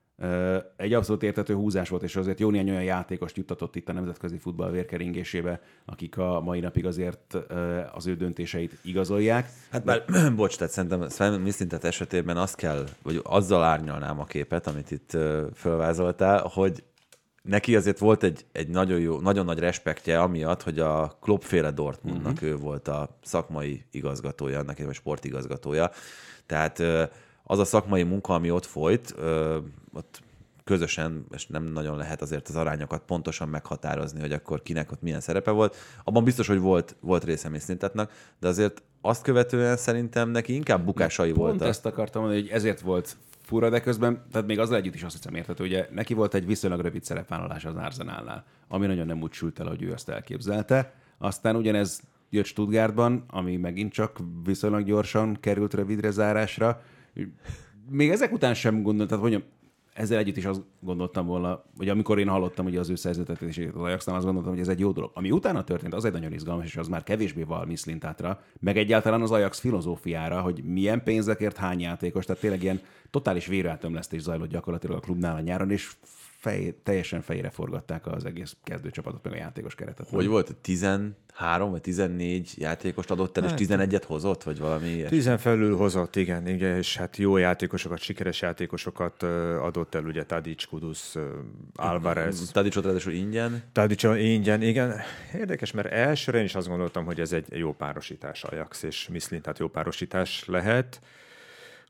egy abszolút érthető húzás volt, és azért jó néhány olyan játékost juttatott itt a nemzetközi futball vérkeringésébe, akik a mai napig azért az ő döntéseit igazolják. Hát bár, bocs, tehát szerintem Sven Mislintat esetében azt kell, vagy azzal árnyalnám a képet, amit itt fölvázoltál, hogy neki azért volt egy, egy nagyon, jó, nagyon nagy respektje amiatt, hogy a Klopp-féle Dortmundnak uh-huh. ő volt a szakmai igazgatója, annak a sportigazgatója. Tehát az a szakmai munka, ami ott folyt, ott közösen, és nem nagyon lehet azért az arányokat pontosan meghatározni, hogy akkor kinek ott milyen szerepe volt. Abban biztos, hogy volt, volt része Mislintatnak, de azért azt követően szerintem neki inkább bukásai Pont voltak. Pont ezt akartam mondani, hogy ezért volt fura, de közben, tehát még azzal együtt is azt hiszem érthető, ugye neki volt egy viszonylag rövid szerepvállalás az Arsenalnál, ami nagyon nem úgy sült el, hogy ő azt elképzelte. Aztán ugyanez jött Stuttgartban, ami megint csak viszonylag gyorsan került rövidre zárásra. Még ezek után sem gondoltam, hogy mondjam, ezzel együtt is azt gondoltam volna, hogy amikor én hallottam ugye az ő szerződtetését az Ajaxnál, azt gondoltam, hogy ez egy jó dolog. Ami utána történt, az egy nagyon izgalmas, és az már kevésbé val Mislintatra, meg egyáltalán az Ajax filozófiára, hogy milyen pénzekért hány játékos, tehát tényleg ilyen totális véreltömlesztés zajlott gyakorlatilag a klubnál a nyáron, és fej, teljesen fejére forgatták az egész kezdőcsapatot, meg a játékos keretet. Hogy volt? tizenhárom vagy tizennégy játékost adott el, hát, és tizenegyet hozott, vagy valami ilyes? Tizen felül hozott, igen, igen, és hát jó játékosokat, sikeres játékosokat adott el, ugye Tadic, Kudus, Alvarez. Tadicot ráadásul ingyen? Tadicot ingyen, igen. Érdekes, mert elsőre én is azt gondoltam, hogy ez egy jó párosítás, Ajax és Mislintat jó párosítás lehet.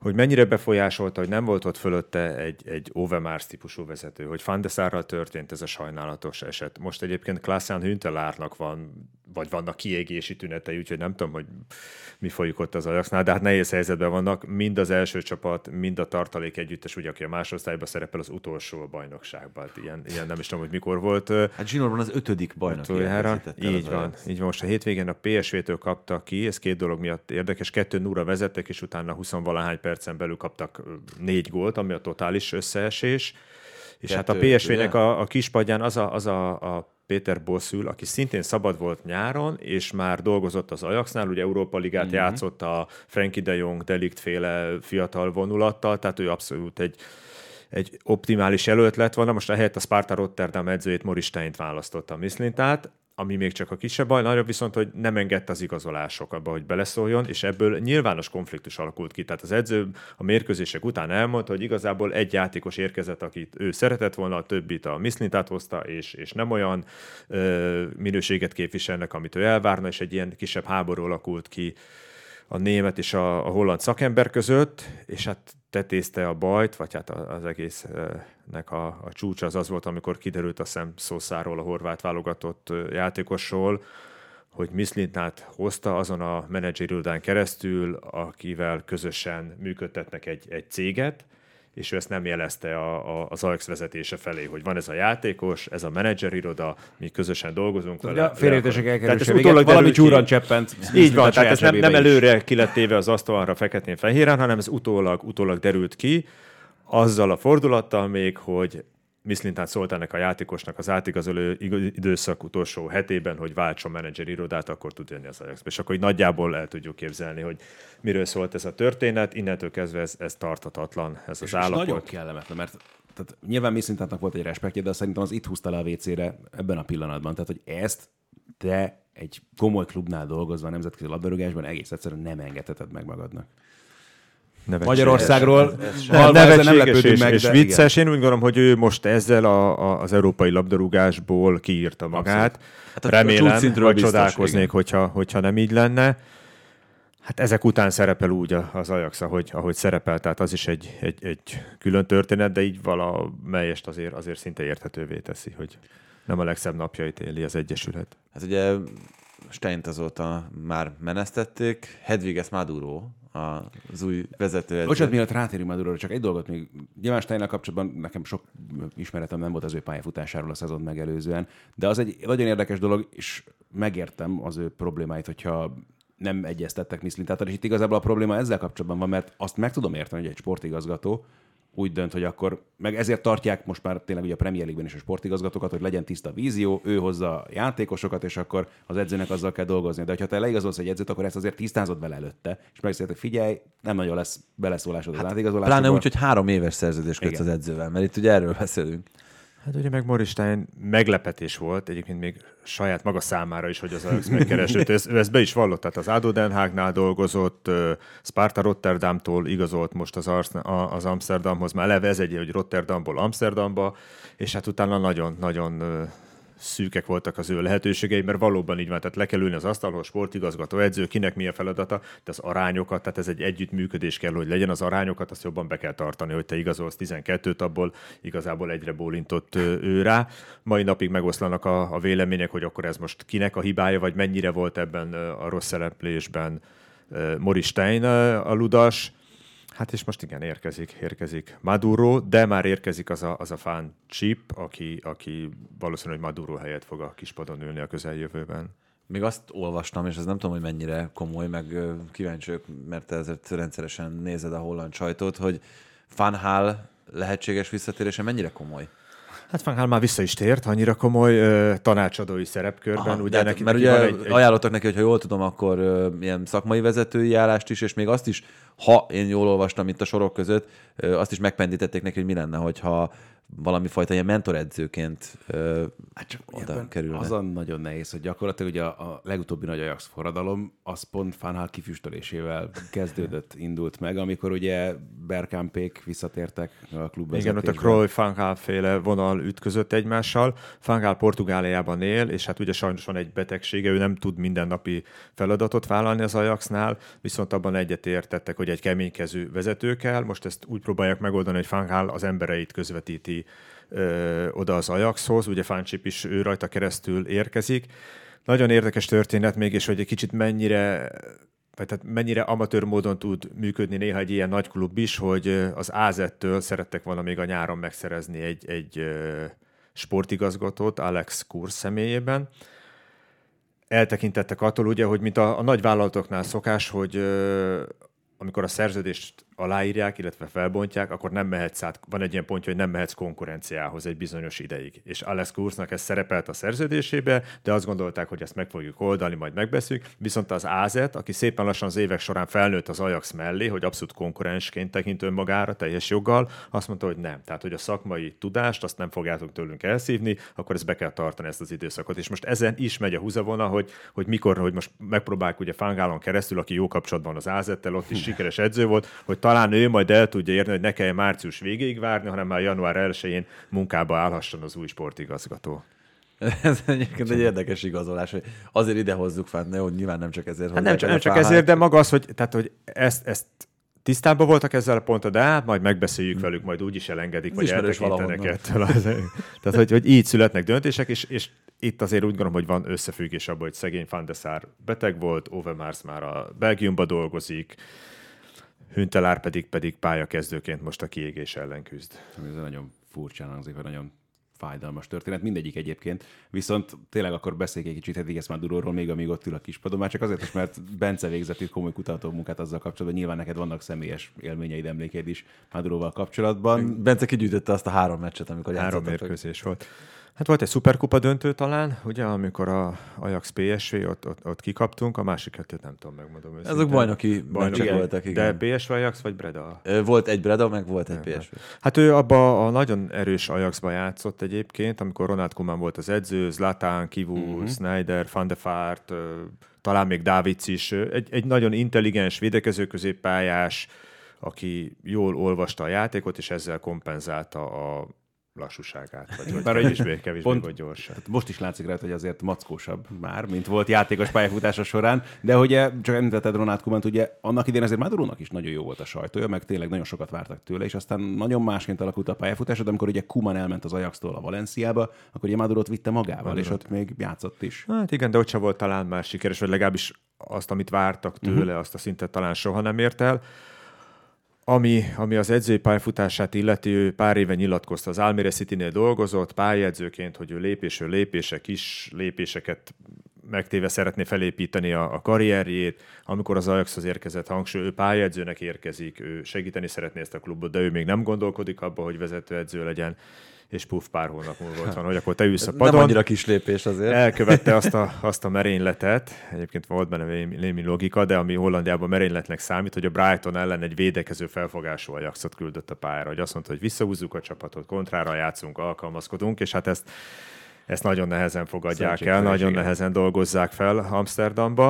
hogy mennyire befolyásolta, hogy nem volt ott fölötte egy, egy Overmars típusú vezető, hogy Van de Sarral történt ez a sajnálatos eset. Most egyébként Klaas-Jan Huntelaarnak van, vagy vannak kiégési tünetei, úgyhogy nem tudom, hogy mi folyik ott az Ajaxnál, de hát nehéz helyzetben vannak. Mind az első csapat, mind a tartalék együttes, ugye, aki a másodosztályban szerepel, az utolsó bajnokságban. Hát ilyen, ilyen nem is tudom, hogy mikor volt. Hát Zsinórban az ötödik bajnoki. Így van. Így van. Most a hétvégén a pé es vé-től kaptak ki, ez két dolog miatt érdekes, kettő nulla vezettek, és utána húsz-valahány percen belül kaptak négy gólt, ami a totális összeesés. És Kettő, hát a pé es vé-nek a, a kispadján az a, az a, a Péter Bosszül, aki szintén szabad volt nyáron, és már dolgozott az Ajaxnál, ugye Európa Ligát mm-hmm. játszott a Frenkie de Jong, De Ligt féle fiatal vonulattal, tehát ő abszolút egy, egy optimális jelölt lett volna. Most ehelyett a Sparta Rotterdam edzőjét, Maurice Steint választotta a Mislintát, ami még csak a kisebb baj, nagyobb viszont, hogy nem engedte az igazolások abba, hogy beleszóljon, és ebből nyilvános konfliktus alakult ki. Tehát az edző a mérkőzések után elmondta, hogy igazából egy játékos érkezett, akit ő szeretett volna, a többit a Mislintát hozta, és, és nem olyan ö, minőséget képviselnek, amit ő elvárna, és egy ilyen kisebb háború alakult ki a német és a, a holland szakember között, és hát tetézte a bajt, vagy hát az egésznek a, a csúcsa az az volt, amikor kiderült a szem Szószáról, a horvát válogatott játékosról, hogy Mislintát hozta azon a menedzserirodán keresztül, akivel közösen működtetnek egy, egy céget, és ő ezt nem jelezte a, a, az Ajax vezetése felé, hogy van ez a játékos, ez a menedzseriroda, mi közösen dolgozunk vele. A félreértések elkerülése véget valami csúran cseppent. Így van, tehát ez nem, nem előre ki lett téve az asztalra feketén-fehéren, hanem ez utólag, utólag derült ki, azzal a fordulattal még, hogy Mislintán szólt ennek a játékosnak az átigazoló időszak utolsó hetében, hogy váltson menedzser irodát, akkor tud jönni az Ajaxba. És akkor így nagyjából el tudjuk képzelni, hogy miről szólt ez a történet. Innentől kezdve ez, ez tarthatatlan, ez az állapot. És nagyon kellemetlen, mert tehát nyilván Mislintának volt egy respektje, de szerintem az itt húzta le a vécére ebben a pillanatban. Tehát, hogy ezt te egy komoly klubnál dolgozva a nemzetközi labdarúgásban egész egyszerűen nem engedheted meg magadnak. Nevetséges. Magyarországról nem, nevetséges és, meg, és vicces. Igen. Én úgy gondolom, hogy ő most ezzel a, a, az európai labdarúgásból kiírta magát. Hát remélem, hogy csodálkoznék, hogyha, hogyha nem így lenne. Hát ezek után szerepel úgy az Ajax, ahogy, ahogy szerepel, tehát az is egy, egy, egy külön történet, de így valamelyest azért, azért szinte érthetővé teszi, hogy nem a legszebb napjait éli az Egyesület. Hát ugye Steint azóta már menesztették, Hedviges Maduro az új vezető. Bocsánat, mielőtt rátérünk Maduróra, csak egy dolgot még. Nyilván Steinnel kapcsolatban nekem sok ismeretem nem volt az ő pályafutásáról a szezon megelőzően, de az egy nagyon érdekes dolog, és megértem az ő problémáit, hogyha nem egyeztettek Mislintától, és itt igazából a probléma ezzel kapcsolatban van, mert azt meg tudom érteni, hogy egy sportigazgató úgy dönt, hogy akkor, meg ezért tartják most már tényleg ugye a Premier League-ben is a sportigazgatókat, hogy legyen tiszta vízió, ő hozza a játékosokat, és akkor az edzőnek azzal kell dolgozni. De ha te leigazolsz egy edzőt, akkor ezt azért tisztázod vele előtte, és megszólít, hogy figyelj, nem nagyon lesz beleszólásod az átigazolásba. Pláne úgy, hogy három éves szerződés kötsz az edzővel, mert itt ugye erről beszélünk. Hát ugye meg Maurice Stein meglepetés volt, egyébként még saját maga számára is, hogy az Ajax megkeresőt. Ez, ő ezt be is vallott, tehát az á dé o Den Haagnál dolgozott, Sparta Rotterdamtól igazolt most az, Ars- az Amsterdamhoz, már eleve ez egy, hogy Rotterdamból Amsterdamba, és hát utána nagyon-nagyon szűkek voltak az ő lehetőségei, mert valóban így van, tehát le kell ülni az asztalhoz, sportigazgató, edző, kinek mi a feladata, de az arányokat, tehát ez egy együttműködés kell, hogy legyen, az arányokat, azt jobban be kell tartani, hogy te igazolsz tizenkettőt, abból igazából egyre bólintott ő rá. Mai napig megoszlanak a, a vélemények, hogy akkor ez most kinek a hibája, vagy mennyire volt ebben a rossz szereplésben Maurice Stein a ludas. Hát és most igen, érkezik, érkezik Maduro, de már érkezik az a, az a fan Chip, aki, aki valószínűleg Maduro helyett fog a kispadon ülni a közeljövőben. Még azt olvastam, és ez nem tudom, hogy mennyire komoly, meg kíváncsi vagyok, mert te ezért rendszeresen nézed a holland sajtót, hogy Van Gaal lehetséges visszatérése mennyire komoly? Hát Van Gaal már vissza is tért, annyira komoly ö, tanácsadói szerepkörben. Aha, ugye hát, neki, mert neki ugye egy, egy... ajánlottak neki, hogy ha jól tudom, akkor ö, ilyen szakmai vezetői állást is, és még azt is, ha én jól olvastam itt a sorok között, ö, azt is megpendítették neki, hogy mi lenne, hogyha valami fajta ilyen mentoredzőként ö, hát csak oda kerülne. Azon nagyon nehéz, hogy gyakorlatilag ugye a, a legutóbbi nagy Ajax forradalom, az pont Van Gaal kifüstölésével kezdődött, indult meg, amikor ugye Bergkampék visszatértek a klubvezetésbe. Igen, ott a Cruyff Van Gaal féle vonal ütközött egymással. Van Gaal Portugáliában él, és hát ugye sajnos van egy betegsége, ő nem tud mindennapi feladatot vállalni az Ajaxnál, viszont abban egyetértettek, hogy egy keménykezű vezető kell. Most ezt úgy próbálják megoldani, hogy Van Gaal az embereit közvetíti ö, oda az Ajaxhoz, ugye Fanchip is ő rajta keresztül érkezik. Nagyon érdekes történet mégis, hogy egy kicsit mennyire, vagy tehát mennyire amatőr módon tud működni néha egy ilyen nagy klub is, hogy az á zet-től szerettek volna még a nyáron megszerezni egy, egy ö, sportigazgatót Alex Kurz személyében. Eltekintettek attól ugye, hogy mint a, a nagy vállalatoknál szokás, hogy ö, amikor a szerződést aláírják, illetve felbontják, akkor nem mehetsz át, van egy ilyen pontja, hogy nem mehetsz konkurenciához egy bizonyos ideig. És Alex Kurznak ez szerepelt a szerződésébe, de azt gondolták, hogy ezt meg fogjuk oldani, majd megbeszéljük. Viszont az á zet, aki szépen lassan az évek során felnőtt az Ajax mellé, hogy abszolút konkurensként tekint önmagára, teljes joggal, azt mondta, hogy nem. Tehát, hogy a szakmai tudást, azt nem fogjátok tőlünk elszívni, akkor ezt be kell tartani, ezt az időszakot. És most ezen is megy a húzavona, hogy, hogy mikor, hogy most megpróbáljuk ugye Van Gaalon keresztül, aki jó kapcsolatban az á zettel, ott is sikeres edző volt, hogy talán ő majd el tudja érni, hogy ne kelljen március végéig várni, hanem már január elsején munkába állhasson az új sportigazgató. Ez egyébként egy érdekes igazolás, hogy azért ide hozzuk fel, hogy nyilván nem csak ezért. Hát nem csak, nem csak ezért, de maga az, hogy, tehát, hogy ezt, ezt tisztában voltak ezzel a ponttal, de hát majd megbeszéljük hmm. velük, majd úgy is elengedik, vagy eltekintenek ettől. Tehát, hogy, hogy így születnek döntések, és, és itt azért úgy gondolom, hogy van összefüggés abban, hogy szegény Van de Sar beteg volt, Overmars már a Belgiumba dolgozik, Huntelaar pedig, pedig pályakezdőként most a kiégés ellen küzd. Ez nagyon furcsán hangzik, vagy nagyon fájdalmas történet, mindegyik egyébként. Viszont tényleg akkor beszéljük egy kicsit Hedviges Maduróról, még amíg ott ül a kispadon, már csak azért is, mert Bence végzett itt komoly kutató munkát azzal kapcsolatban, nyilván neked vannak személyes élményeid, emlékeid is Maduróval kapcsolatban. Bence kigyűjtötte azt a három meccset, amikor három mérkőzés volt. Hát volt egy szuperkupa döntő talán, ugye, amikor a Ajax pé es vé, ott, ott, ott kikaptunk, a másik kettőt nem tudom, megmondom őszintén. Ezek bajnoki, bajnoki igen. voltak, igen. De pé es vé Ajax vagy Breda? Volt egy Breda, meg volt egy pé es vé. Hát ő abba a nagyon erős Ajaxba játszott egyébként, amikor Ronald Koeman volt az edző, Zlatan, Kivu, uh-huh. Sneijder, Van de Vaart, talán még Davids is. Egy, egy nagyon intelligens, védekező középpályás, aki jól olvasta a játékot, és ezzel kompenzálta a lassúságát, vagy, vagy kevésbé, kevésbé pont, vagy gyorsabb. Most is látszik rá, hogy azért mackósabb már, mint volt játékos pályafutása során, de ugye csak említetted Ronald Koemant, ugye annak idén azért Madurónak is nagyon jó volt a sajtója, meg tényleg nagyon sokat vártak tőle, és aztán nagyon másként alakult a pályafutása, de amikor ugye Koeman elment az Ajaxtól a Valenciába, akkor ugye Madurót vitte magával, Madurot. És ott még játszott is. Hát igen, de ott sem volt talán már sikeres, vagy legalábbis azt, amit vártak tőle, uh-huh. azt a szintet talán soha nem ért el. Ami, ami az edzői pályafutását illeti, ő pár éve nyilatkozta, az Almere Citynél dolgozott pályaedzőként, hogy ő lépésről lépésre, kis lépéseket megtéve szeretné felépíteni a, a karrierjét. Amikor az Ajaxhoz érkezett hangsúly, ő pályaedzőnek érkezik, ő segíteni szeretné ezt a klubot, de ő még nem gondolkodik abba, hogy vezetőedző legyen, és puff, pár hónap múlva ott van, hogy akkor te ülsz a padon. Nem annyira kis lépés azért. Elkövette azt a, azt a merényletet, egyébként volt benne némi logika, de ami Hollandiában merényletnek számít, hogy a Brighton ellen egy védekező felfogású Ajaxot küldött a pályára, hogy azt mondta, hogy visszahúzzuk a csapatot, kontrára játszunk, alkalmazkodunk, és hát ezt, ezt nagyon nehezen fogadják Szertség el, nagyon igen. nehezen dolgozzák fel Amsterdamba.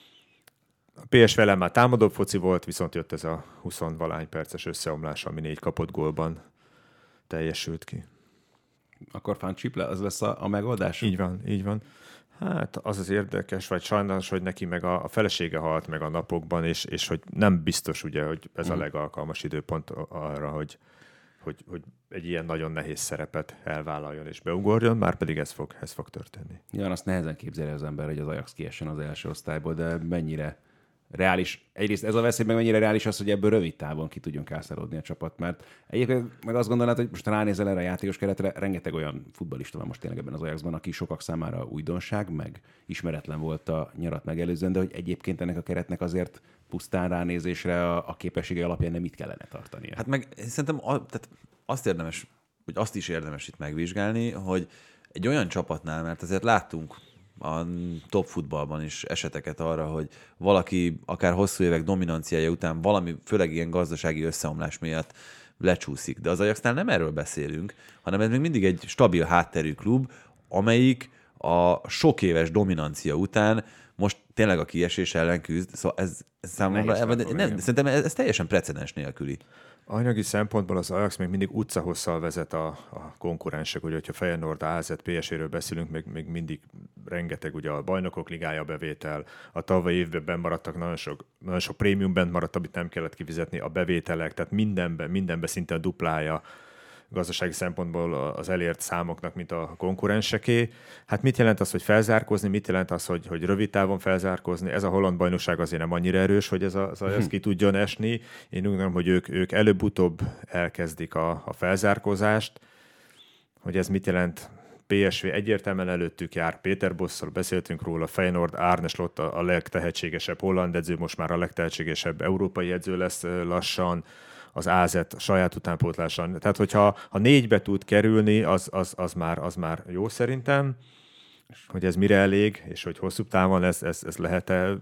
A pé es vé ellen már támadóbb foci volt, viszont jött ez a húsz-valány perces összeomlás, ami négy kapott gólban teljesült ki. Akkor Fanchip az lesz a, a megoldás? Így van, így van. Hát az az érdekes, vagy sajnos, hogy neki meg a, a felesége halt meg a napokban, és, és hogy nem biztos ugye, hogy ez a legalkalmas időpont arra, hogy, hogy, hogy egy ilyen nagyon nehéz szerepet elvállaljon és beugorjon, már pedig ez fog, ez fog történni. Igen, azt nehezen képzelje az ember, hogy az Ajax kiessen az első osztályból, de mennyire reális, egyrészt ez a veszély, meg mennyire reális az, hogy ebből rövid távon ki tudjon kászelódni a csapat, mert egyébként meg azt gondolnád, hogy most ránézel erre a játékos keretre, rengeteg olyan futballista van most tényleg ebben az Ajaxban, aki sokak számára újdonság, meg ismeretlen volt a nyarat megelőzően, de hogy egyébként ennek a keretnek azért pusztán ránézésre a, a képessége alapján nem itt kellene tartania. Hát meg szerintem a, tehát azt érdemes, vagy azt is érdemes itt megvizsgálni, hogy egy olyan csapatnál, mert azért láttunk a top futballban is eseteket arra, hogy valaki akár hosszú évek dominanciája után valami, főleg ilyen gazdasági összeomlás miatt lecsúszik. De az Ajaxnál nem erről beszélünk, hanem ez még mindig egy stabil hátterű klub, amelyik a sok éves dominancia után most tényleg a kiesés ellen küzd. Szóval ez, ez számomra, nem, szerintem ez, ez teljesen precedens nélküli. Anyagi szempontból az Ajax még mindig utcahosszal vezet a, a konkurensek, ugye, hogyha Feyenoord, á zet, pé es géről beszélünk, még, még mindig rengeteg, ugye a Bajnokok Ligája bevétel, a tavalyi évben benn maradtak, nagyon sok, nagyon sok prémium bent maradt, amit nem kellett kifizetni, a bevételek, tehát mindenben, mindenben szinte a duplája gazdasági szempontból az elért számoknak, mint a konkurenseké. Hát mit jelent az, hogy felzárkózni, mit jelent az, hogy, hogy rövid távon felzárkózni? Ez a holland bajnokság azért nem annyira erős, hogy ez az Ajax ki tudjon esni. Én úgy gondolom, hogy ők, ők előbb-utóbb elkezdik a, a felzárkózást. Hogy ez mit jelent? pé es vé egyértelműen előttük jár, Péter Bosszal beszéltünk róla, Feyenoord, Arne Slot a legtehetségesebb holland edző, most már a legtehetségesebb európai edző lesz lassan, az á zet saját utánpótláson. Tehát, hogyha ha négybe tud kerülni, az, az, az, már, az már jó szerintem, hogy ez mire elég, és hogy hosszú távon ez, ez, ez lehet-e.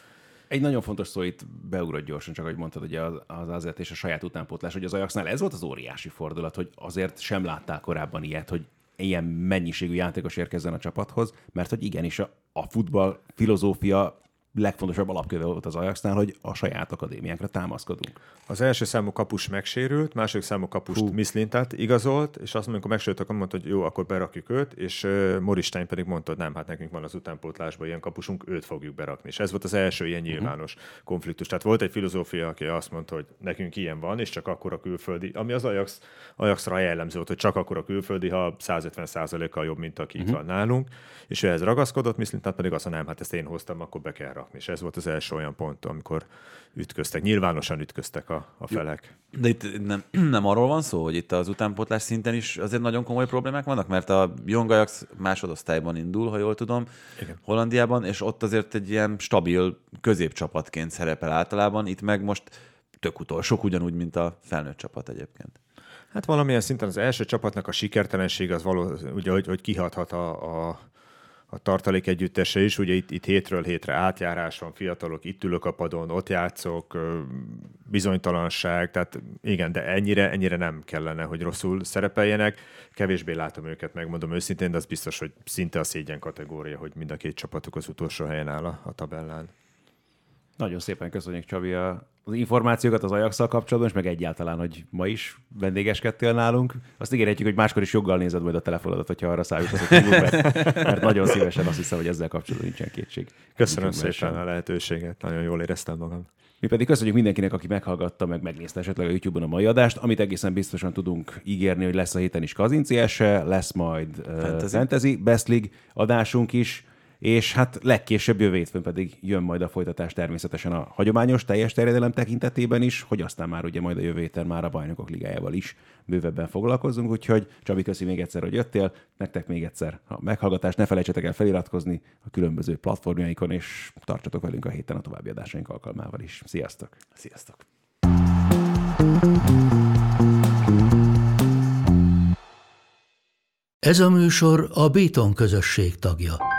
Egy nagyon fontos szó itt beugrott gyorsan, csak ahogy mondtad, ugye az, az á zet és a saját utánpótlás, hogy az Ajaxnál ez volt az óriási fordulat, hogy azért sem láttál korábban ilyet, hogy ilyen mennyiségű játékos érkezzen a csapathoz, mert hogy igenis a, a futball filozófia legfontosabb alapköve volt az Ajaxnál, hogy a saját akadémiánkra támaszkodunk. Az első számú kapus megsérült, második számú kapust Mislintat igazolt, és azt mondjuk, amikor megsérült, akkor mondta, hogy jó, akkor berakjuk őt, és uh, Moristein pedig mondta, hogy nem, hát nekünk van az utánpótlásban ilyen kapusunk, őt fogjuk berakni. És ez volt az első ilyen nyilvános uh-huh. konfliktus. Tehát volt egy filozófia, aki azt mondta, hogy nekünk ilyen van, és csak akkor a külföldi, ami az Ajax, Ajaxra jellemző volt, hogy csak akkor a külföldi, ha százötven százalékkal jobb, mint aki uh-huh. itt van nálunk, és ő ehhez ragaszkodott, Mislintat pedig azt mondta, nem, hát ezt én hoztam, akkor be kell rakni. És ez volt az első olyan pont, amikor ütköztek, nyilvánosan ütköztek a, a felek. De itt nem, nem arról van szó, hogy itt az utánpótlás szinten is azért nagyon komoly problémák vannak, mert a Young Ajax másodosztályban indul, ha jól tudom, igen. Hollandiában, és ott azért egy ilyen stabil középcsapatként szerepel általában, itt meg most tök utolsók, ugyanúgy, mint a felnőtt csapat egyébként. Hát valamilyen szinten az első csapatnak a sikertelenség az való, ugye, hogy, hogy kihathat a, a a tartalék együttese is, ugye itt, itt hétről hétre átjárás van, fiatalok, itt ülök a padon, ott játszok, bizonytalanság, tehát igen, de ennyire, ennyire nem kellene, hogy rosszul szerepeljenek. Kevésbé látom őket, megmondom őszintén, de az biztos, hogy szinte a szégyen kategória, hogy mind a két csapatuk az utolsó helyen áll a, a tabellán. Nagyon szépen köszönjük, Csabi, az információkat az Ajax-szal kapcsolatban, és meg egyáltalán, hogy ma is vendégeskedtél nálunk. Azt ígérhetjük, hogy máskor is joggal nézed majd a telefonodat, hogyha arra szállítasz, mert, mert nagyon szívesen azt hiszem, hogy ezzel kapcsolatban nincsen kétség. Köszönöm szépen sem. a lehetőséget, nagyon jól éreztem magam. Mi pedig köszönjük mindenkinek, aki meghallgatta, meg megnézte esetleg a YouTube-on a mai adást, amit egészen biztosan tudunk ígérni, hogy lesz a héten is Kazinci ese, lesz majd Fantasy, uh, Fantasy Best League adásunk is, és hát legkésőbb jövő hétfőn pedig jön majd a folytatás természetesen a hagyományos teljes terjedelem tekintetében is, hogy aztán már ugye majd a jövő héten már a Bajnokok Ligájával is bővebben foglalkozunk, úgyhogy Csabi, köszi még egyszer, hogy jöttél, nektek még egyszer a meghallgatást, ne felejtsetek el feliratkozni a különböző platformjaikon, és tartsatok velünk a héten a további adásaink alkalmával is. Sziasztok! Sziasztok! Ez a műsor a Béton közösség tagja.